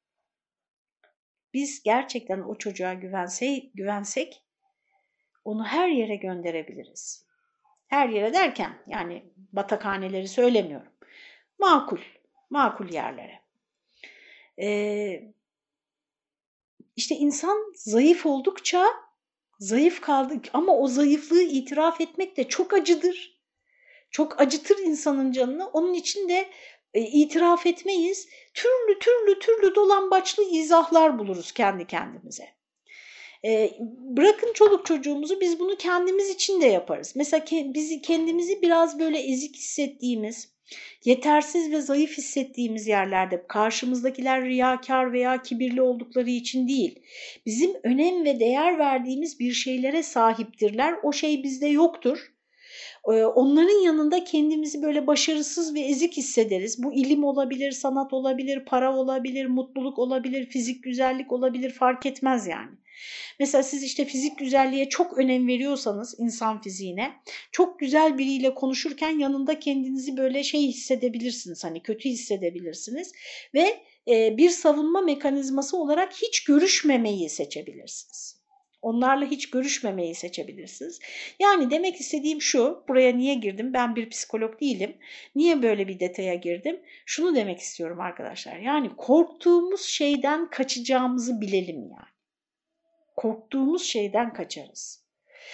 Speaker 1: Biz gerçekten o çocuğa güvense, güvensek onu her yere gönderebiliriz. Her yere derken yani batakhaneleri söylemiyorum. Makul, makul yerlere. Ee, işte insan zayıf oldukça zayıf kaldı ama o zayıflığı itiraf etmek de çok acıdır. Çok acıtır insanın canını. Onun için de e, itiraf etmeyiz. Türlü türlü türlü dolambaçlı izahlar buluruz kendi kendimize. E, bırakın çoluk çocuğumuzu biz bunu kendimiz için de yaparız. Mesela ke bizi kendimizi biraz böyle ezik hissettiğimiz, yetersiz ve zayıf hissettiğimiz yerlerde karşımızdakiler riyakar veya kibirli oldukları için değil, bizim önem ve değer verdiğimiz bir şeylere sahiptirler. O şey bizde yoktur. Onların yanında kendimizi böyle başarısız ve ezik hissederiz. Bu ilim olabilir, sanat olabilir, para olabilir, mutluluk olabilir, fizik güzellik olabilir, fark etmez yani. Mesela siz işte fizik güzelliğe çok önem veriyorsanız insan fiziğine, çok güzel biriyle konuşurken yanında kendinizi böyle şey hissedebilirsiniz, hani kötü hissedebilirsiniz ve e, bir savunma mekanizması olarak hiç görüşmemeyi seçebilirsiniz. Onlarla hiç görüşmemeyi seçebilirsiniz. Yani demek istediğim şu, buraya niye girdim? Ben bir psikolog değilim. Niye böyle bir detaya girdim? Şunu demek istiyorum arkadaşlar. Yani korktuğumuz şeyden kaçacağımızı bilelim yani. Korktuğumuz şeyden kaçarız.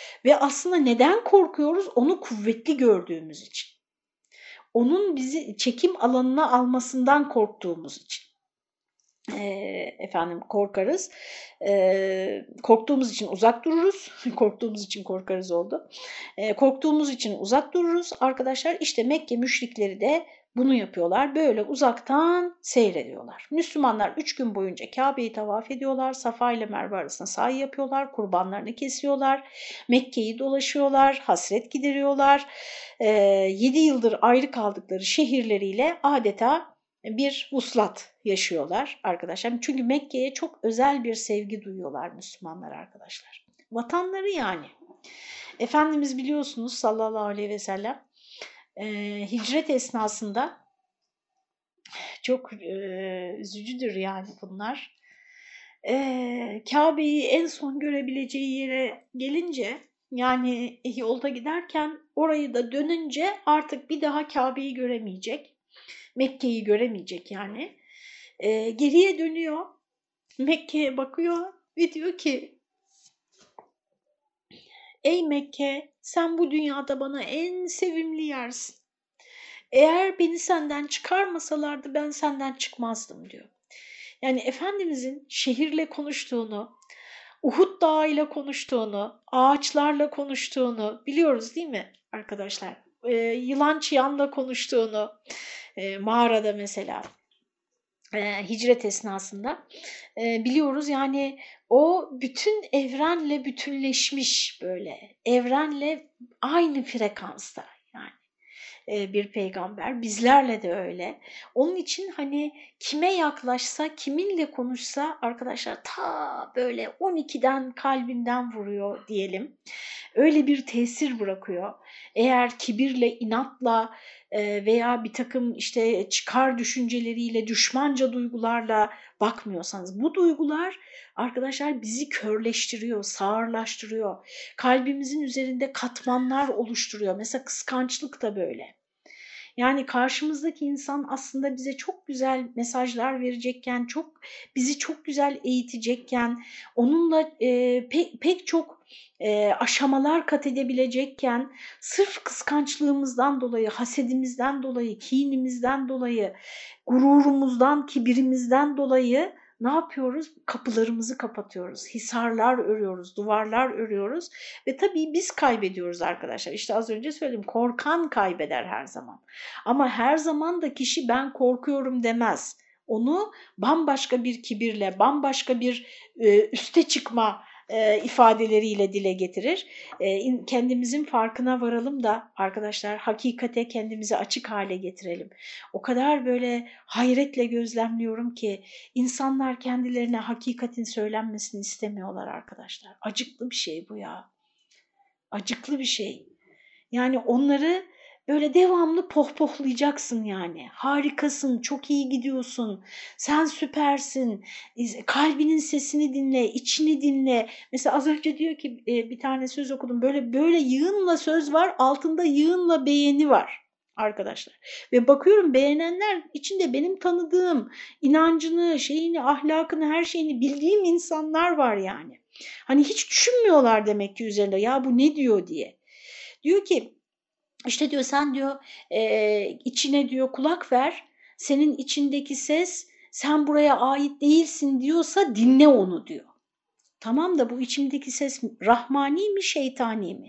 Speaker 1: Ve aslında neden korkuyoruz? Onu kuvvetli gördüğümüz için. Onun bizi çekim alanına almasından korktuğumuz için. E, efendim korkarız. E, korktuğumuz için uzak dururuz. Korktuğumuz için korkarız oldu. E, korktuğumuz için uzak dururuz arkadaşlar. İşte Mekke müşrikleri de bunu yapıyorlar. Böyle uzaktan seyrediyorlar. Müslümanlar üç gün boyunca Kabe'yi tavaf ediyorlar. Safa ile Merve arasında sa'i yapıyorlar. Kurbanlarını kesiyorlar. Mekke'yi dolaşıyorlar. Hasret gideriyorlar. E, yedi yıldır ayrı kaldıkları şehirleriyle adeta bir vuslat yaşıyorlar arkadaşlar. Çünkü Mekke'ye çok özel bir sevgi duyuyorlar Müslümanlar arkadaşlar. Vatanları yani. Efendimiz biliyorsunuz sallallahu aleyhi ve sellem e, hicret esnasında çok e, üzücüdür yani bunlar. E, Kabe'yi en son görebileceği yere gelince yani yolda giderken orayı da dönünce artık bir daha Kabe'yi göremeyecek. Mekke'yi göremeyecek yani. E, geriye dönüyor. Mekke'ye bakıyor ve diyor ki ey Mekke sen bu dünyada bana en sevimli yersin. Eğer beni senden çıkarmasalardı ben senden çıkmazdım diyor. Yani Efendimizin şehirle konuştuğunu, Uhud Dağı ile konuştuğunu, ağaçlarla konuştuğunu biliyoruz değil mi arkadaşlar? E, yılan çıyanla konuştuğunu, e, mağarada mesela. E, hicret esnasında e, biliyoruz yani o bütün evrenle bütünleşmiş böyle evrenle aynı frekansta yani e, bir peygamber bizlerle de öyle. Onun için hani kime yaklaşsa kiminle konuşsa arkadaşlar ta böyle on ikiden kalbinden vuruyor diyelim. Öyle bir tesir bırakıyor. Eğer kibirle, inatla veya bir takım işte çıkar düşünceleriyle, düşmanca duygularla bakmıyorsanız bu duygular arkadaşlar bizi körleştiriyor, sağırlaştırıyor. Kalbimizin üzerinde katmanlar oluşturuyor. Mesela kıskançlık da böyle. Yani karşımızdaki insan aslında bize çok güzel mesajlar verecekken, çok bizi çok güzel eğitecekken, onunla e, pek, pek çok e, aşamalar kat edebilecekken, sırf kıskançlığımızdan dolayı, hasedimizden dolayı, kinimizden dolayı, gururumuzdan, kibirimizden dolayı ne yapıyoruz? Kapılarımızı kapatıyoruz, hisarlar örüyoruz, duvarlar örüyoruz ve tabii biz kaybediyoruz arkadaşlar. İşte az önce söyledim, korkan kaybeder her zaman. Ama her zaman da kişi ben korkuyorum demez. Onu bambaşka bir kibirle, bambaşka bir e, üste çıkma e, ifadeleriyle dile getirir. E, kendimizin farkına varalım da arkadaşlar hakikate kendimizi açık hale getirelim. O kadar böyle hayretle gözlemliyorum ki insanlar kendilerine hakikatin söylenmesini istemiyorlar arkadaşlar. Acıklı bir şey bu ya. Acıklı bir şey. Yani onları böyle devamlı pohpohlayacaksın yani. Harikasın, çok iyi gidiyorsun, sen süpersin, kalbinin sesini dinle, içini dinle. Mesela az önce diyor ki bir tane söz okudum, böyle böyle yığınla söz var, altında yığınla beğeni var arkadaşlar. Ve bakıyorum beğenenler içinde benim tanıdığım, inancını, şeyini, ahlakını, her şeyini bildiğim insanlar var yani. Hani hiç düşünmüyorlar demek ki üzerinde ya bu ne diyor diye. Diyor ki işte diyor sen diyor e, içine diyor kulak ver. Senin içindeki ses sen buraya ait değilsin diyorsa dinle onu diyor. Tamam da bu içimdeki ses rahmani mi şeytani mi?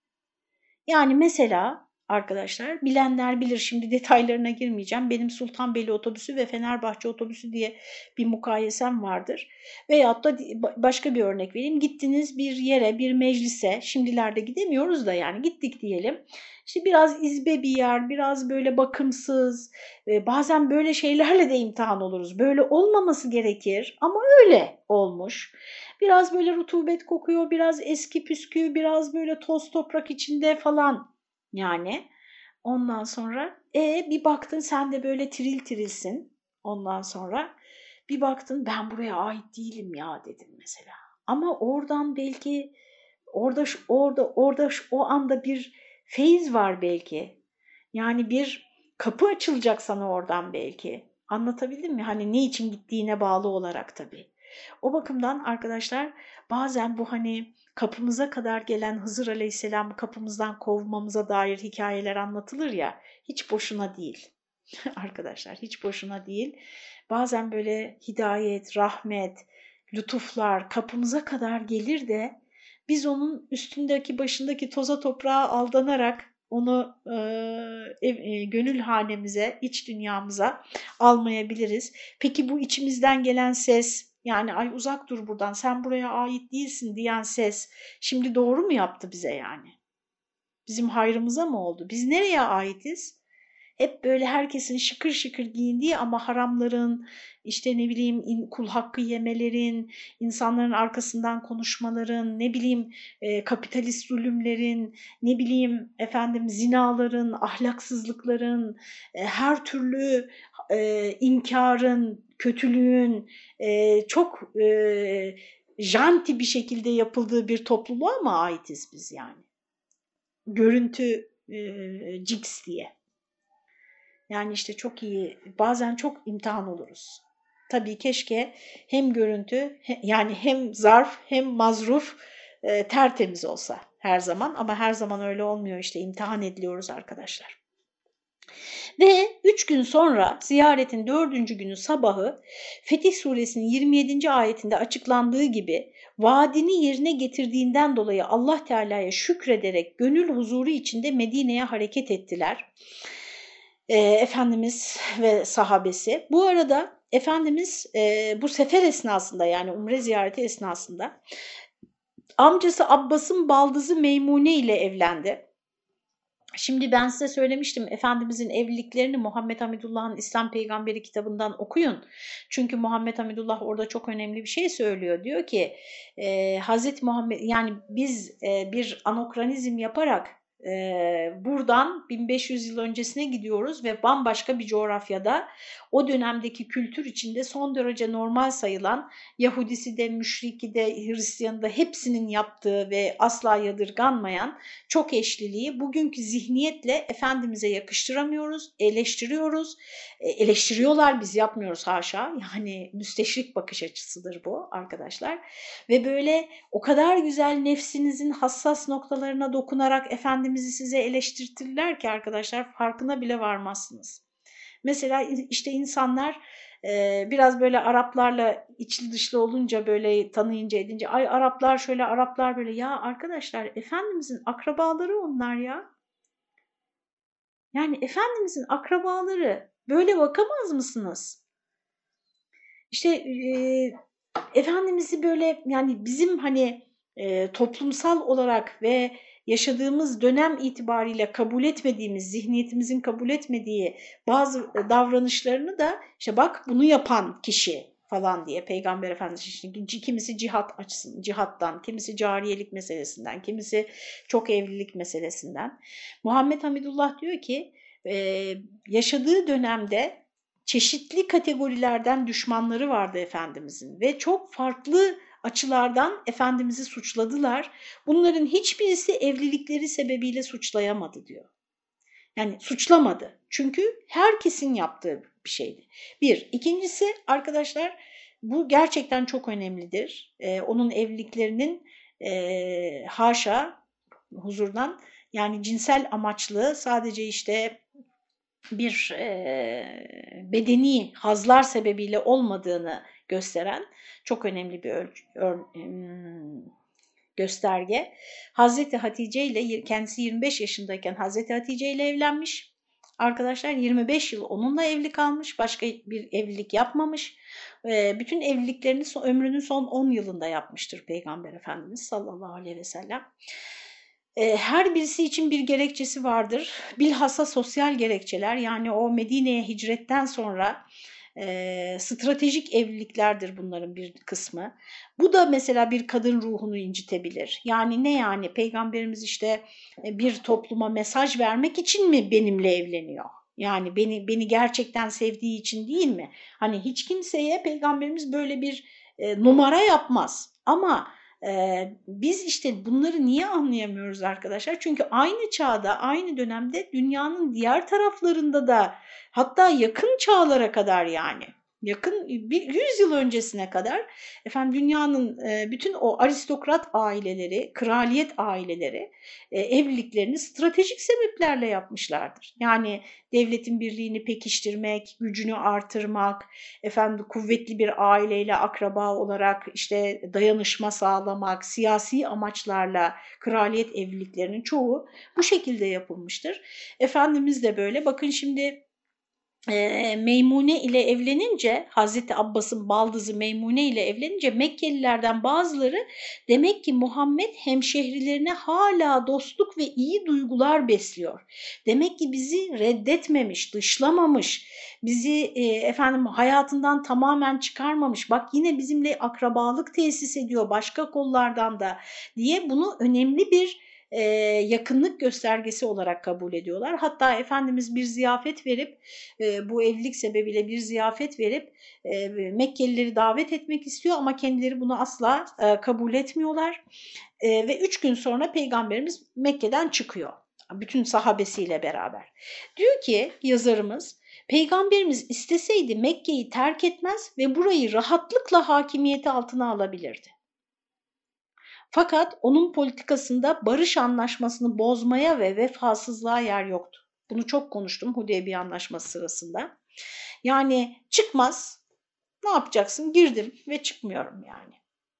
Speaker 1: Yani mesela arkadaşlar bilenler bilir şimdi detaylarına girmeyeceğim. Benim Sultanbeyli otobüsü ve Fenerbahçe otobüsü diye bir mukayesem vardır. Veyahut da başka bir örnek vereyim. Gittiniz bir yere, bir meclise, şimdilerde gidemiyoruz da yani gittik diyelim. İşte biraz izbe bir yer, biraz böyle bakımsız, bazen böyle şeylerle de imtihan oluruz. Böyle olmaması gerekir ama öyle olmuş. Biraz böyle rutubet kokuyor, biraz eski püskü, biraz böyle toz toprak içinde falan yani. Ondan sonra e bir baktın sen de böyle tiril tirilsin. Ondan sonra bir baktın ben buraya ait değilim ya dedin mesela. Ama oradan belki orada orada orada o anda bir feyiz var belki. Yani bir kapı açılacak sana oradan belki. Anlatabildim mi? Hani ne için gittiğine bağlı olarak tabii. O bakımdan arkadaşlar bazen bu hani kapımıza kadar gelen Hızır Aleyhisselam'ı kapımızdan kovmamıza dair hikayeler anlatılır ya, hiç boşuna değil arkadaşlar, hiç boşuna değil. Bazen böyle hidayet, rahmet, lütuflar kapımıza kadar gelir de biz onun üstündeki başındaki toza toprağa aldanarak onu e, ev, e, gönül hanemize, iç dünyamıza almayabiliriz. Peki bu içimizden gelen ses, yani ay uzak dur buradan, sen buraya ait değilsin diyen ses şimdi doğru mu yaptı bize yani? Bizim hayrımıza mı oldu? Biz nereye aitiz? Hep böyle herkesin şıkır şıkır giyindiği ama haramların, işte ne bileyim kul hakkı yemelerin, insanların arkasından konuşmaların, ne bileyim e, kapitalist zulümlerin, ne bileyim efendim zinaların, ahlaksızlıkların, e, her türlü e, inkarın, kötülüğün e, çok e, janti bir şekilde yapıldığı bir topluluğa mı aitiz biz yani? Görüntü e, ciks diye. Yani işte çok iyi, bazen çok imtihan oluruz. Tabii keşke hem görüntü yani hem zarf hem mazruf e, tertemiz olsa her zaman, ama her zaman öyle olmuyor, işte imtihan ediliyoruz arkadaşlar. Ve üç gün sonra ziyaretin dördüncü günü sabahı Fetih Suresinin yirmi yedinci ayetinde açıklandığı gibi vaadini yerine getirdiğinden dolayı Allah Teala'ya şükrederek gönül huzuru içinde Medine'ye hareket ettiler. E, Efendimiz ve sahabesi. Bu arada Efendimiz e, bu sefer esnasında, yani umre ziyareti esnasında amcası Abbas'ın baldızı Meymune ile evlendi. Şimdi ben size söylemiştim, Efendimizin evliliklerini Muhammed Hamidullah'ın İslam Peygamberi kitabından okuyun. Çünkü Muhammed Hamidullah orada çok önemli bir şey söylüyor. Diyor ki e, Hazreti Muhammed, yani biz e, bir anokranizm yaparak Ee, buradan bin beş yüz yıl öncesine gidiyoruz ve bambaşka bir coğrafyada o dönemdeki kültür içinde son derece normal sayılan, Yahudisi de, Müşriki de, Hristiyanı da hepsinin yaptığı ve asla yadırganmayan çok eşliliği bugünkü zihniyetle Efendimiz'e yakıştıramıyoruz, eleştiriyoruz. E, eleştiriyorlar, biz yapmıyoruz haşa. Yani müsteşrik bakış açısıdır bu arkadaşlar. Ve böyle o kadar güzel nefsinizin hassas noktalarına dokunarak Efendimiz'i size eleştirtirler ki arkadaşlar, farkına bile varmazsınız. Mesela işte insanlar e, biraz böyle Araplarla içli dışlı olunca, böyle tanıyınca edince, ay Araplar şöyle, Araplar böyle. Ya arkadaşlar, Efendimiz'in akrabaları onlar ya. Yani Efendimiz'in akrabaları, böyle bakamaz mısınız? İşte e, Efendimiz'i böyle, yani bizim hani e, toplumsal olarak ve yaşadığımız dönem itibariyle kabul etmediğimiz, zihniyetimizin kabul etmediği bazı davranışlarını da işte bak bunu yapan kişi falan diye Peygamber Efendimiz, işte kimisi cihat açısından, cihattan, kimisi cariyelik meselesinden, kimisi çok evlilik meselesinden. Muhammed Hamidullah diyor ki e, yaşadığı dönemde çeşitli kategorilerden düşmanları vardı Efendimizin ve çok farklı açılardan Efendimiz'i suçladılar. Bunların hiçbirisi evlilikleri sebebiyle suçlayamadı diyor. Yani suçlamadı. Çünkü herkesin yaptığı bir şeydi. Bir. İkincisi arkadaşlar, bu gerçekten çok önemlidir. Ee, onun evliliklerinin e, haşa huzurdan, yani cinsel amaçlı, sadece işte bir e, bedeni hazlar sebebiyle olmadığını gösteren çok önemli bir ölç, ör, gösterge. Hazreti Hatice ile, kendisi yirmi beş yaşındayken Hazreti Hatice ile evlenmiş. Arkadaşlar yirmi beş yıl onunla evli kalmış, başka bir evlilik yapmamış. E, bütün evliliklerini son, ömrünün son on yılında yapmıştır Peygamber Efendimiz sallallahu aleyhi ve sellem. Her birisi için bir gerekçesi vardır. Bilhassa sosyal gerekçeler, yani o Medine'ye hicretten sonra e, stratejik evliliklerdir bunların bir kısmı. Bu da mesela bir kadın ruhunu incitebilir. Yani ne yani, Peygamberimiz işte bir topluma mesaj vermek için mi benimle evleniyor? Yani beni beni gerçekten sevdiği için değil mi? Hani hiç kimseye Peygamberimiz böyle bir e, numara yapmaz. Ama Ee, biz işte bunları niye anlayamıyoruz arkadaşlar? Çünkü aynı çağda, aynı dönemde dünyanın diğer taraflarında da, hatta yakın çağlara kadar yani Yakın bir yüz yıl öncesine kadar efendim dünyanın e, bütün o aristokrat aileleri, kraliyet aileleri e, evliliklerini stratejik sebeplerle yapmışlardır. Yani devletin birliğini pekiştirmek, gücünü artırmak, efendim kuvvetli bir aileyle akraba olarak işte dayanışma sağlamak, siyasi amaçlarla kraliyet evliliklerinin çoğu bu şekilde yapılmıştır. Efendimiz de böyle. Bakın şimdi e, Meymune ile evlenince, Hazreti Abbas'ın baldızı Meymune ile evlenince Mekkelilerden bazıları demek ki Muhammed hemşehrilerine hala dostluk ve iyi duygular besliyor. Demek ki bizi reddetmemiş, dışlamamış, bizi e, efendim hayatından tamamen çıkarmamış. Bak yine bizimle akrabalık tesis ediyor başka kollardan da diye bunu önemli bir e, yakınlık göstergesi olarak kabul ediyorlar. Hatta Efendimiz bir ziyafet verip e, bu evlilik sebebiyle bir ziyafet verip e, Mekkelileri davet etmek istiyor ama kendileri bunu asla e, kabul etmiyorlar. E, ve üç gün sonra Peygamberimiz Mekke'den çıkıyor. Bütün sahabesiyle beraber. Diyor ki yazarımız, Peygamberimiz isteseydi Mekke'yi terk etmez ve burayı rahatlıkla hakimiyeti altına alabilirdi. Fakat onun politikasında barış anlaşmasını bozmaya ve vefasızlığa yer yoktu. Bunu çok konuştum Hudeybiye Anlaşması sırasında. Yani çıkmaz, ne yapacaksın? Girdim ve çıkmıyorum yani.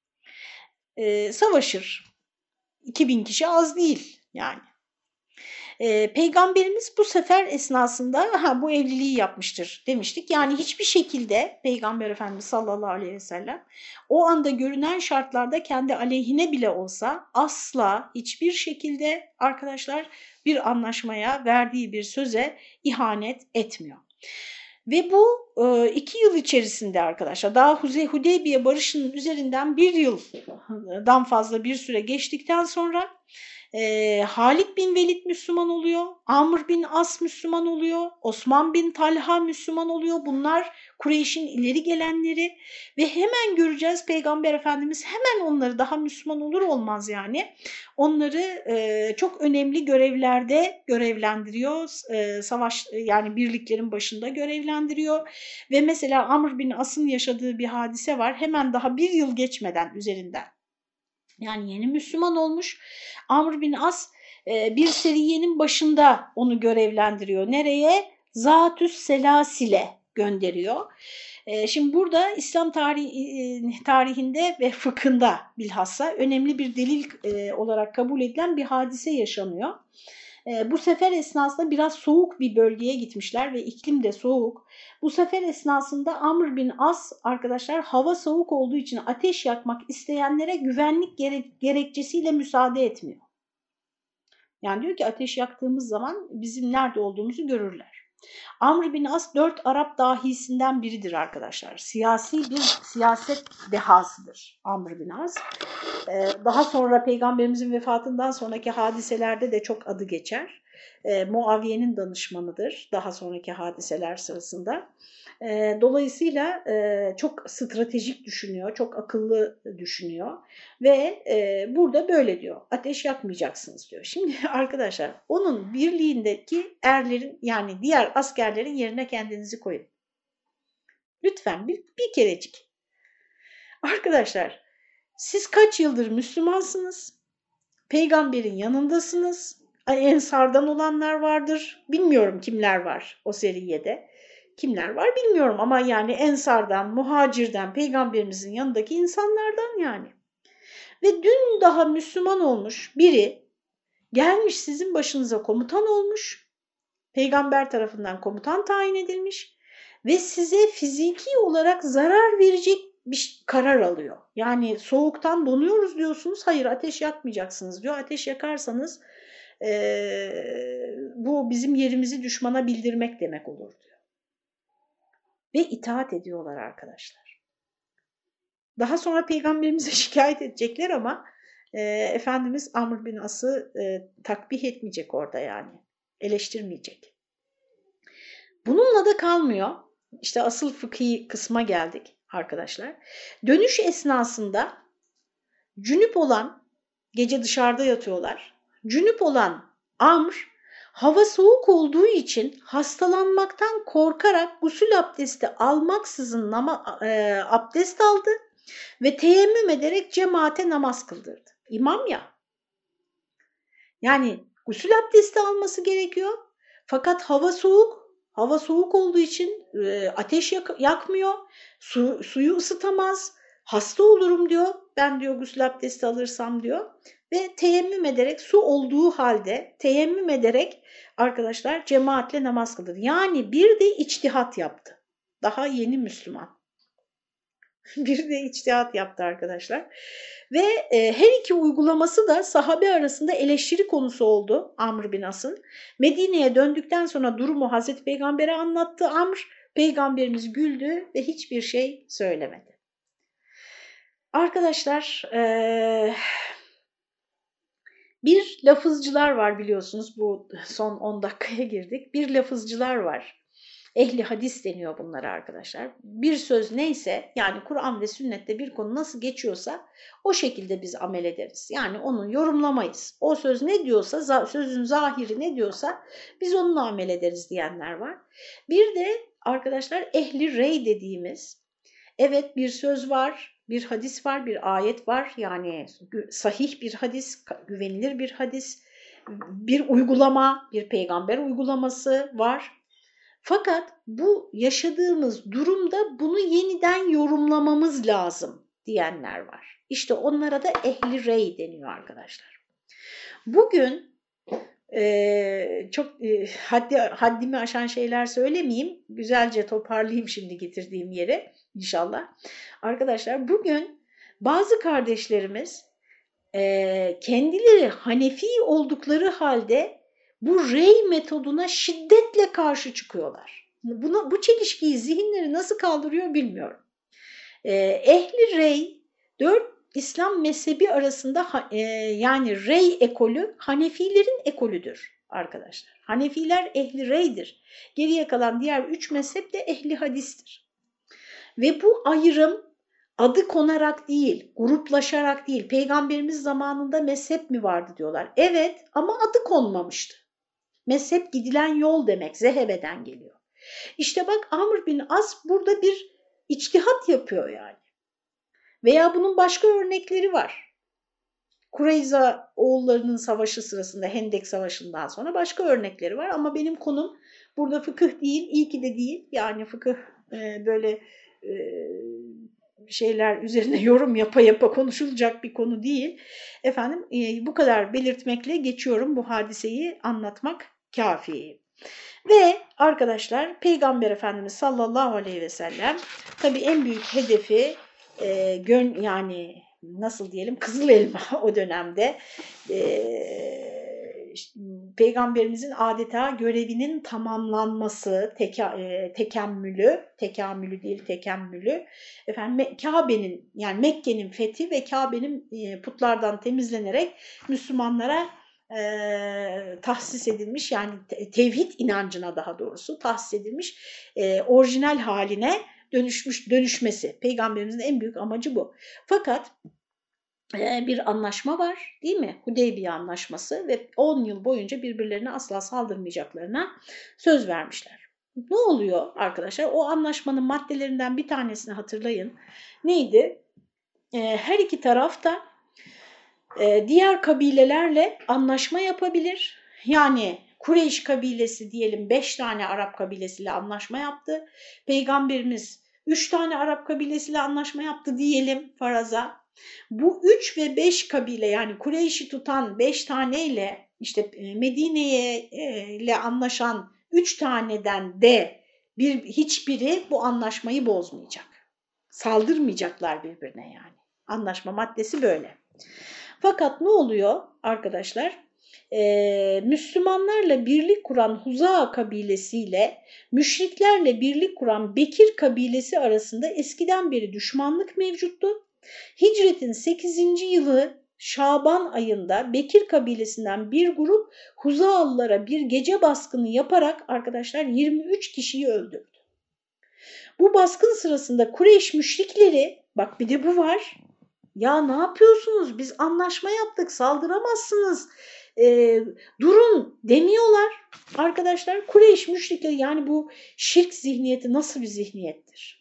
Speaker 1: Ee, savaşır. iki bin kişi az değil yani. Ee, Peygamberimiz bu sefer esnasında ha, bu evliliği yapmıştır demiştik. Yani hiçbir şekilde Peygamber Efendimiz sallallahu aleyhi ve sellem o anda görünen şartlarda kendi aleyhine bile olsa asla hiçbir şekilde arkadaşlar bir anlaşmaya, verdiği bir söze ihanet etmiyor. Ve bu e, iki yıl içerisinde arkadaşlar daha Hudeybiye barışının üzerinden bir yıldan fazla bir süre geçtikten sonra e, Halid bin Velid Müslüman oluyor, Amr bin As Müslüman oluyor, Osman bin Talha Müslüman oluyor. Bunlar Kureyş'in ileri gelenleri ve hemen göreceğiz Peygamber Efendimiz hemen onları daha Müslüman olur olmaz yani onları e, çok önemli görevlerde görevlendiriyor, e, savaş yani birliklerin başında görevlendiriyor ve mesela Amr bin As'ın yaşadığı bir hadise var hemen daha bir yıl geçmeden üzerinden. Yani yeni Müslüman olmuş. Amr bin As e, bir seriyenin başında onu görevlendiriyor. Nereye? Zatüs Selasil'e gönderiyor. E, şimdi burada İslam tarihi, tarihinde ve fıkhında bilhassa önemli bir delil e, olarak kabul edilen bir hadise yaşanıyor. E, bu sefer esnasında biraz soğuk bir bölgeye gitmişler ve iklim de soğuk. Bu sefer esnasında Amr bin As arkadaşlar hava soğuk olduğu için ateş yakmak isteyenlere güvenlik gere gerekçesiyle müsaade etmiyor. Yani diyor ki ateş yaktığımız zaman bizim nerede olduğumuzu görürler. Amr bin As dört Arap dahisinden biridir arkadaşlar. Siyasi bir siyaset dehasıdır Amr bin As. Ee, daha sonra Peygamberimizin vefatından sonraki hadiselerde de çok adı geçer. Ee, Muaviye'nin danışmanıdır daha sonraki hadiseler sırasında. Ee, dolayısıyla e, çok stratejik düşünüyor, çok akıllı düşünüyor ve e, burada böyle diyor, ateş yakmayacaksınız diyor. Şimdi arkadaşlar onun birliğindeki erlerin yani diğer askerlerin yerine kendinizi koyun. Lütfen bir, bir kerecik. Arkadaşlar siz kaç yıldır Müslümansınız? Peygamberin yanındasınız. Ensardan olanlar vardır. Bilmiyorum kimler var o seriyede. Kimler var bilmiyorum ama yani Ensardan, Muhacir'den, Peygamberimizin yanındaki insanlardan yani. Ve dün daha Müslüman olmuş biri gelmiş sizin başınıza komutan olmuş. Peygamber tarafından komutan tayin edilmiş ve size fiziki olarak zarar verecek bir karar alıyor. Yani soğuktan donuyoruz diyorsunuz, hayır ateş yakmayacaksınız diyor. Ateş yakarsanız e, bu bizim yerimizi düşmana bildirmek demek olur diyor. Ve itaat ediyorlar arkadaşlar. Daha sonra Peygamberimize şikayet edecekler ama e, Efendimiz Amr bin As'ı e, takbih etmeyecek orada yani. Eleştirmeyecek. Bununla da kalmıyor. İşte asıl fıkhi kısma geldik arkadaşlar. Dönüş esnasında cünüp olan, gece dışarıda yatıyorlar. Cünüp olan Amr hava soğuk olduğu için hastalanmaktan korkarak gusül abdesti almaksızın nama, e, abdest aldı ve teyemmüm ederek cemaate namaz kıldırdı. İmam ya. Yani gusül abdesti alması gerekiyor. Fakat hava soğuk. Hava soğuk olduğu için e, ateş yak- yakmıyor. Su, suyu ısıtamaz. Hasta olurum diyor. Ben diyor gusül abdesti alırsam diyor. Ve teyemmüm ederek, su olduğu halde teyemmüm ederek arkadaşlar cemaatle namaz kıldı. Yani bir de içtihat yaptı. Daha yeni Müslüman. Bir de içtihat yaptı arkadaşlar. Ve e, her iki uygulaması da sahabe arasında eleştiri konusu oldu Amr bin As'ın. Medine'ye döndükten sonra durumu Hazreti Peygamber'e anlattı Amr. Peygamberimiz güldü ve hiçbir şey söylemedi. Arkadaşlar e, bir lafızcılar var biliyorsunuz, bu son on dakikaya girdik. Bir lafızcılar var. Ehli hadis deniyor bunlara arkadaşlar. Bir söz neyse, yani Kur'an ve sünnette bir konu nasıl geçiyorsa o şekilde biz amel ederiz. Yani onu yorumlamayız. O söz ne diyorsa, sözün zahiri ne diyorsa biz onunla amel ederiz diyenler var. Bir de arkadaşlar ehli rey dediğimiz, evet bir söz var, bir hadis var, bir ayet var. Yani sahih bir hadis, güvenilir bir hadis, bir uygulama, bir peygamber uygulaması var. Fakat bu yaşadığımız durumda bunu yeniden yorumlamamız lazım diyenler var. İşte onlara da ehli rey deniyor arkadaşlar. Bugün e, çok e, haddi, haddimi aşan şeyler söylemeyeyim. Güzelce toparlayayım şimdi getirdiğim yere inşallah. Arkadaşlar bugün bazı kardeşlerimiz e, kendileri Hanefi oldukları halde bu rey metoduna şiddetle karşı çıkıyorlar. Buna, bu çelişkiyi zihinleri nasıl kaldırıyor bilmiyorum. Ee, ehli rey, dört İslam mezhebi arasında e, yani rey ekolü Hanefilerin ekolüdür arkadaşlar. Hanefiler ehli reydir. Geriye kalan diğer üç mezhep de ehli hadistir. Ve bu ayrım adı konarak değil, gruplaşarak değil. Peygamberimiz zamanında mezhep mi vardı diyorlar. Evet, ama adı konmamıştı. Mezhep gidilen yol demek, zehebeden geliyor. İşte bak Amr bin As burada bir içtihat yapıyor yani. Veya bunun başka örnekleri var. Kureyza oğullarının savaşı sırasında, Hendek Savaşı'ndan sonra başka örnekleri var. Ama benim konum burada fıkıh değil, iyi ki de değil. Yani fıkıh e, böyle e, şeyler üzerine yorum yapa yapa konuşulacak bir konu değil. Efendim e, bu kadar belirtmekle geçiyorum, bu hadiseyi anlatmak kafi. Ve arkadaşlar Peygamber Efendimiz sallallahu aleyhi ve sellem tabii en büyük hedefi e, gön yani nasıl diyelim Kızıl Elma o dönemde e, işte, Peygamberimizin adeta görevinin tamamlanması, teka, e, tekemmülü, tekamülü değil tekemmülü, efendim Kabe'nin yani Mekke'nin fethi ve Kabe'nin e, putlardan temizlenerek Müslümanlara e, tahsis edilmiş, yani tevhid inancına daha doğrusu tahsis edilmiş e, orijinal haline dönüşmüş dönüşmesi. Peygamberimizin en büyük amacı bu. Fakat e, bir anlaşma var değil mi? Hudeybiye Anlaşması ve on yıl boyunca birbirlerine asla saldırmayacaklarına söz vermişler. Ne oluyor arkadaşlar? O anlaşmanın maddelerinden bir tanesini hatırlayın. Neydi? E, her iki taraf da e, diğer kabilelerle anlaşma yapabilir. Yani Kureyş kabilesi diyelim beş tane Arap kabilesiyle anlaşma yaptı. Peygamberimiz üç tane Arap kabilesiyle anlaşma yaptı diyelim faraza. Bu üç ve beş kabile yani Kureyş'i tutan beş taneyle işte Medine'ye ile anlaşan üç taneden de bir hiçbiri bu anlaşmayı bozmayacak. Saldırmayacaklar birbirine yani. Anlaşma maddesi böyle. Fakat ne oluyor arkadaşlar? Ee, Müslümanlarla birlik kuran Huza kabilesiyle müşriklerle birlik kuran Bekir kabilesi arasında eskiden beri düşmanlık mevcuttu. Hicretin sekizinci yılı Şaban ayında Bekir kabilesinden bir grup Huzalılara bir gece baskını yaparak arkadaşlar yirmi üç kişiyi öldürdü. Bu baskın sırasında Kureyş müşrikleri, bak bir de bu var, ya ne yapıyorsunuz, biz anlaşma yaptık, saldıramazsınız, e, durun demiyorlar arkadaşlar. Kureyş müşrikleri, yani bu şirk zihniyeti nasıl bir zihniyettir?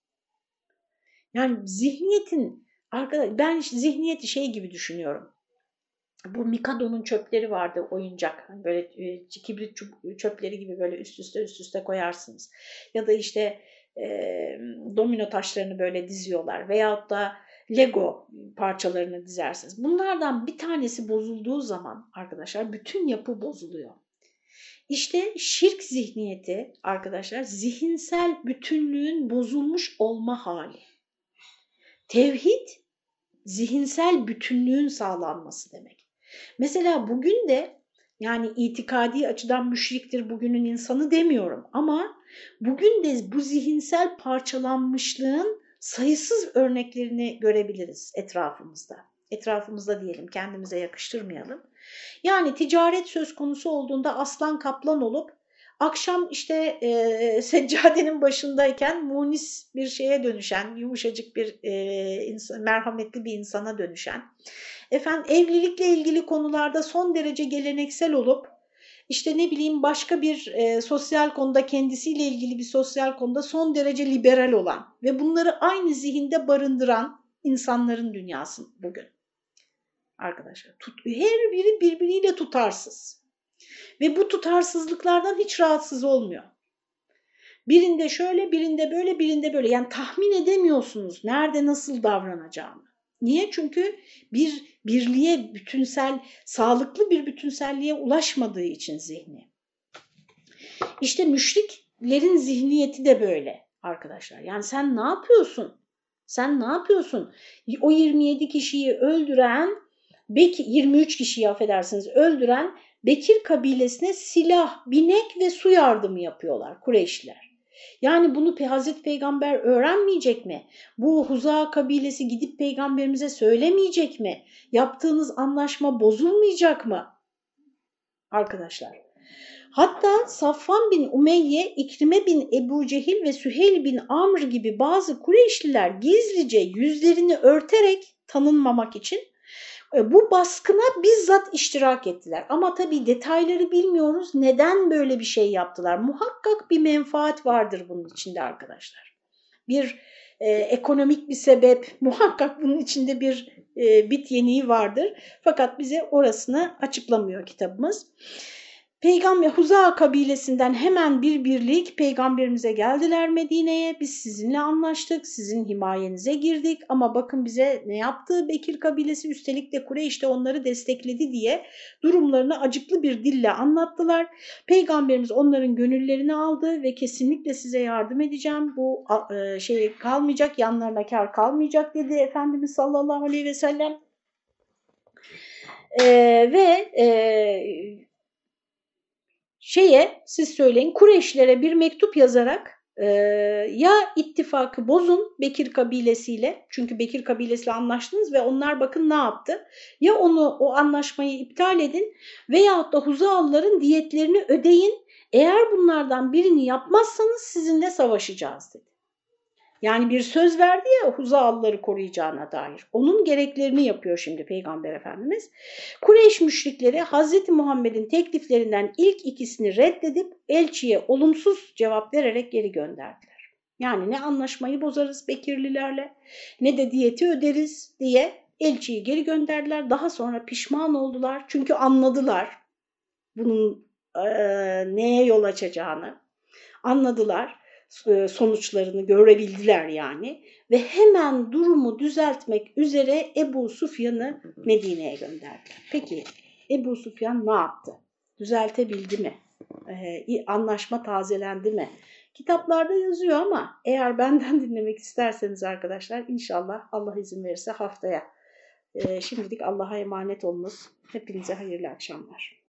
Speaker 1: Yani zihniyetin, arkadaş, ben zihniyeti şey gibi düşünüyorum. Bu Mikado'nun çöpleri vardı, oyuncak. Hani böyle e, kibrit çöpleri gibi böyle üst üste üst üste koyarsınız. Ya da işte e, domino taşlarını böyle diziyorlar. Veyahut da Lego parçalarını dizersiniz. Bunlardan bir tanesi bozulduğu zaman arkadaşlar bütün yapı bozuluyor. İşte şirk zihniyeti arkadaşlar zihinsel bütünlüğün bozulmuş olma hali. Tevhid zihinsel bütünlüğün sağlanması demek. Mesela bugün de, yani itikadi açıdan müşriktir bugünün insanı demiyorum ama bugün de bu zihinsel parçalanmışlığın sayısız örneklerini görebiliriz etrafımızda. Etrafımızda diyelim, kendimize yakıştırmayalım. Yani ticaret söz konusu olduğunda aslan kaplan olup akşam işte e, seccadenin başındayken munis bir şeye dönüşen, yumuşacık bir e, insan, merhametli bir insana dönüşen, efendim evlilikle ilgili konularda son derece geleneksel olup, işte ne bileyim başka bir e, sosyal konuda, kendisiyle ilgili bir sosyal konuda son derece liberal olan ve bunları aynı zihinde barındıran insanların dünyası bugün. Arkadaşlar tut, her biri birbiriyle tutarsız ve bu tutarsızlıklardan hiç rahatsız olmuyor. Birinde şöyle, birinde böyle, birinde böyle, yani tahmin edemiyorsunuz nerede nasıl davranacağını. Niye? Çünkü bir birliğe, bütünsel, sağlıklı bir bütünselliğe ulaşmadığı için zihni. İşte müşriklerin zihniyeti de böyle arkadaşlar. Yani sen ne yapıyorsun? Sen ne yapıyorsun? O yirmi yedi kişiyi öldüren, yirmi üç kişiyi affedersiniz öldüren Bekir kabilesine silah, binek ve su yardımı yapıyorlar Kureyşliler. Yani bunu Hazreti Peygamber öğrenmeyecek mi? Bu Huza kabilesi gidip peygamberimize söylemeyecek mi? Yaptığınız anlaşma bozulmayacak mı? Arkadaşlar. Hatta Safvan bin Umeyye, İkrime bin Ebu Cehil ve Süheyl bin Amr gibi bazı Kureyşliler gizlice yüzlerini örterek tanınmamak için bu baskına bizzat iştirak ettiler. Ama tabii detayları bilmiyoruz. Neden böyle bir şey yaptılar? Muhakkak bir menfaat vardır bunun içinde arkadaşlar. Bir e, ekonomik bir sebep, muhakkak bunun içinde bir e, bit yeniği vardır. Fakat bize orasını açıklamıyor kitabımız. Peygamber Huza kabilesinden hemen bir birlik peygamberimize geldiler Medine'ye. Biz sizinle anlaştık, sizin himayenize girdik ama bakın bize ne yaptı Bekir kabilesi, üstelik de Kureyş de onları destekledi diye durumlarını acıklı bir dille anlattılar. Peygamberimiz onların gönüllerini aldı ve kesinlikle size yardım edeceğim. Bu şey kalmayacak, yanlarına kar kalmayacak dedi Efendimiz sallallahu aleyhi ve sellem. Ee, ve e, şeye siz söyleyin, Kureyşlilere bir mektup yazarak e, ya ittifakı bozun Bekir kabilesiyle, çünkü Bekir kabilesiyle anlaştınız ve onlar bakın ne yaptı, ya onu o anlaşmayı iptal edin veyahut da Huzalıların diyetlerini ödeyin, eğer bunlardan birini yapmazsanız sizinle savaşacağız dedi. Yani bir söz verdi ya Huzalıları koruyacağına dair. Onun gereklerini yapıyor şimdi Peygamber Efendimiz. Kureyş müşrikleri Hazreti Muhammed'in tekliflerinden ilk ikisini reddedip elçiye olumsuz cevap vererek geri gönderdiler. Yani ne anlaşmayı bozarız Bekirlilerle ne de diyeti öderiz diye elçiyi geri gönderdiler. Daha sonra pişman oldular çünkü anladılar bunun e, neye yol açacağını, anladılar. Sonuçlarını görebildiler yani ve hemen durumu düzeltmek üzere Ebu Sufyan'ı Medine'ye gönderdiler. Peki Ebu Sufyan ne yaptı? Düzeltebildi mi? Ee, anlaşma tazelendi mi? Kitaplarda yazıyor ama eğer benden dinlemek isterseniz arkadaşlar inşallah Allah izin verirse haftaya. Ee, şimdilik Allah'a emanet olunuz. Hepinize hayırlı akşamlar.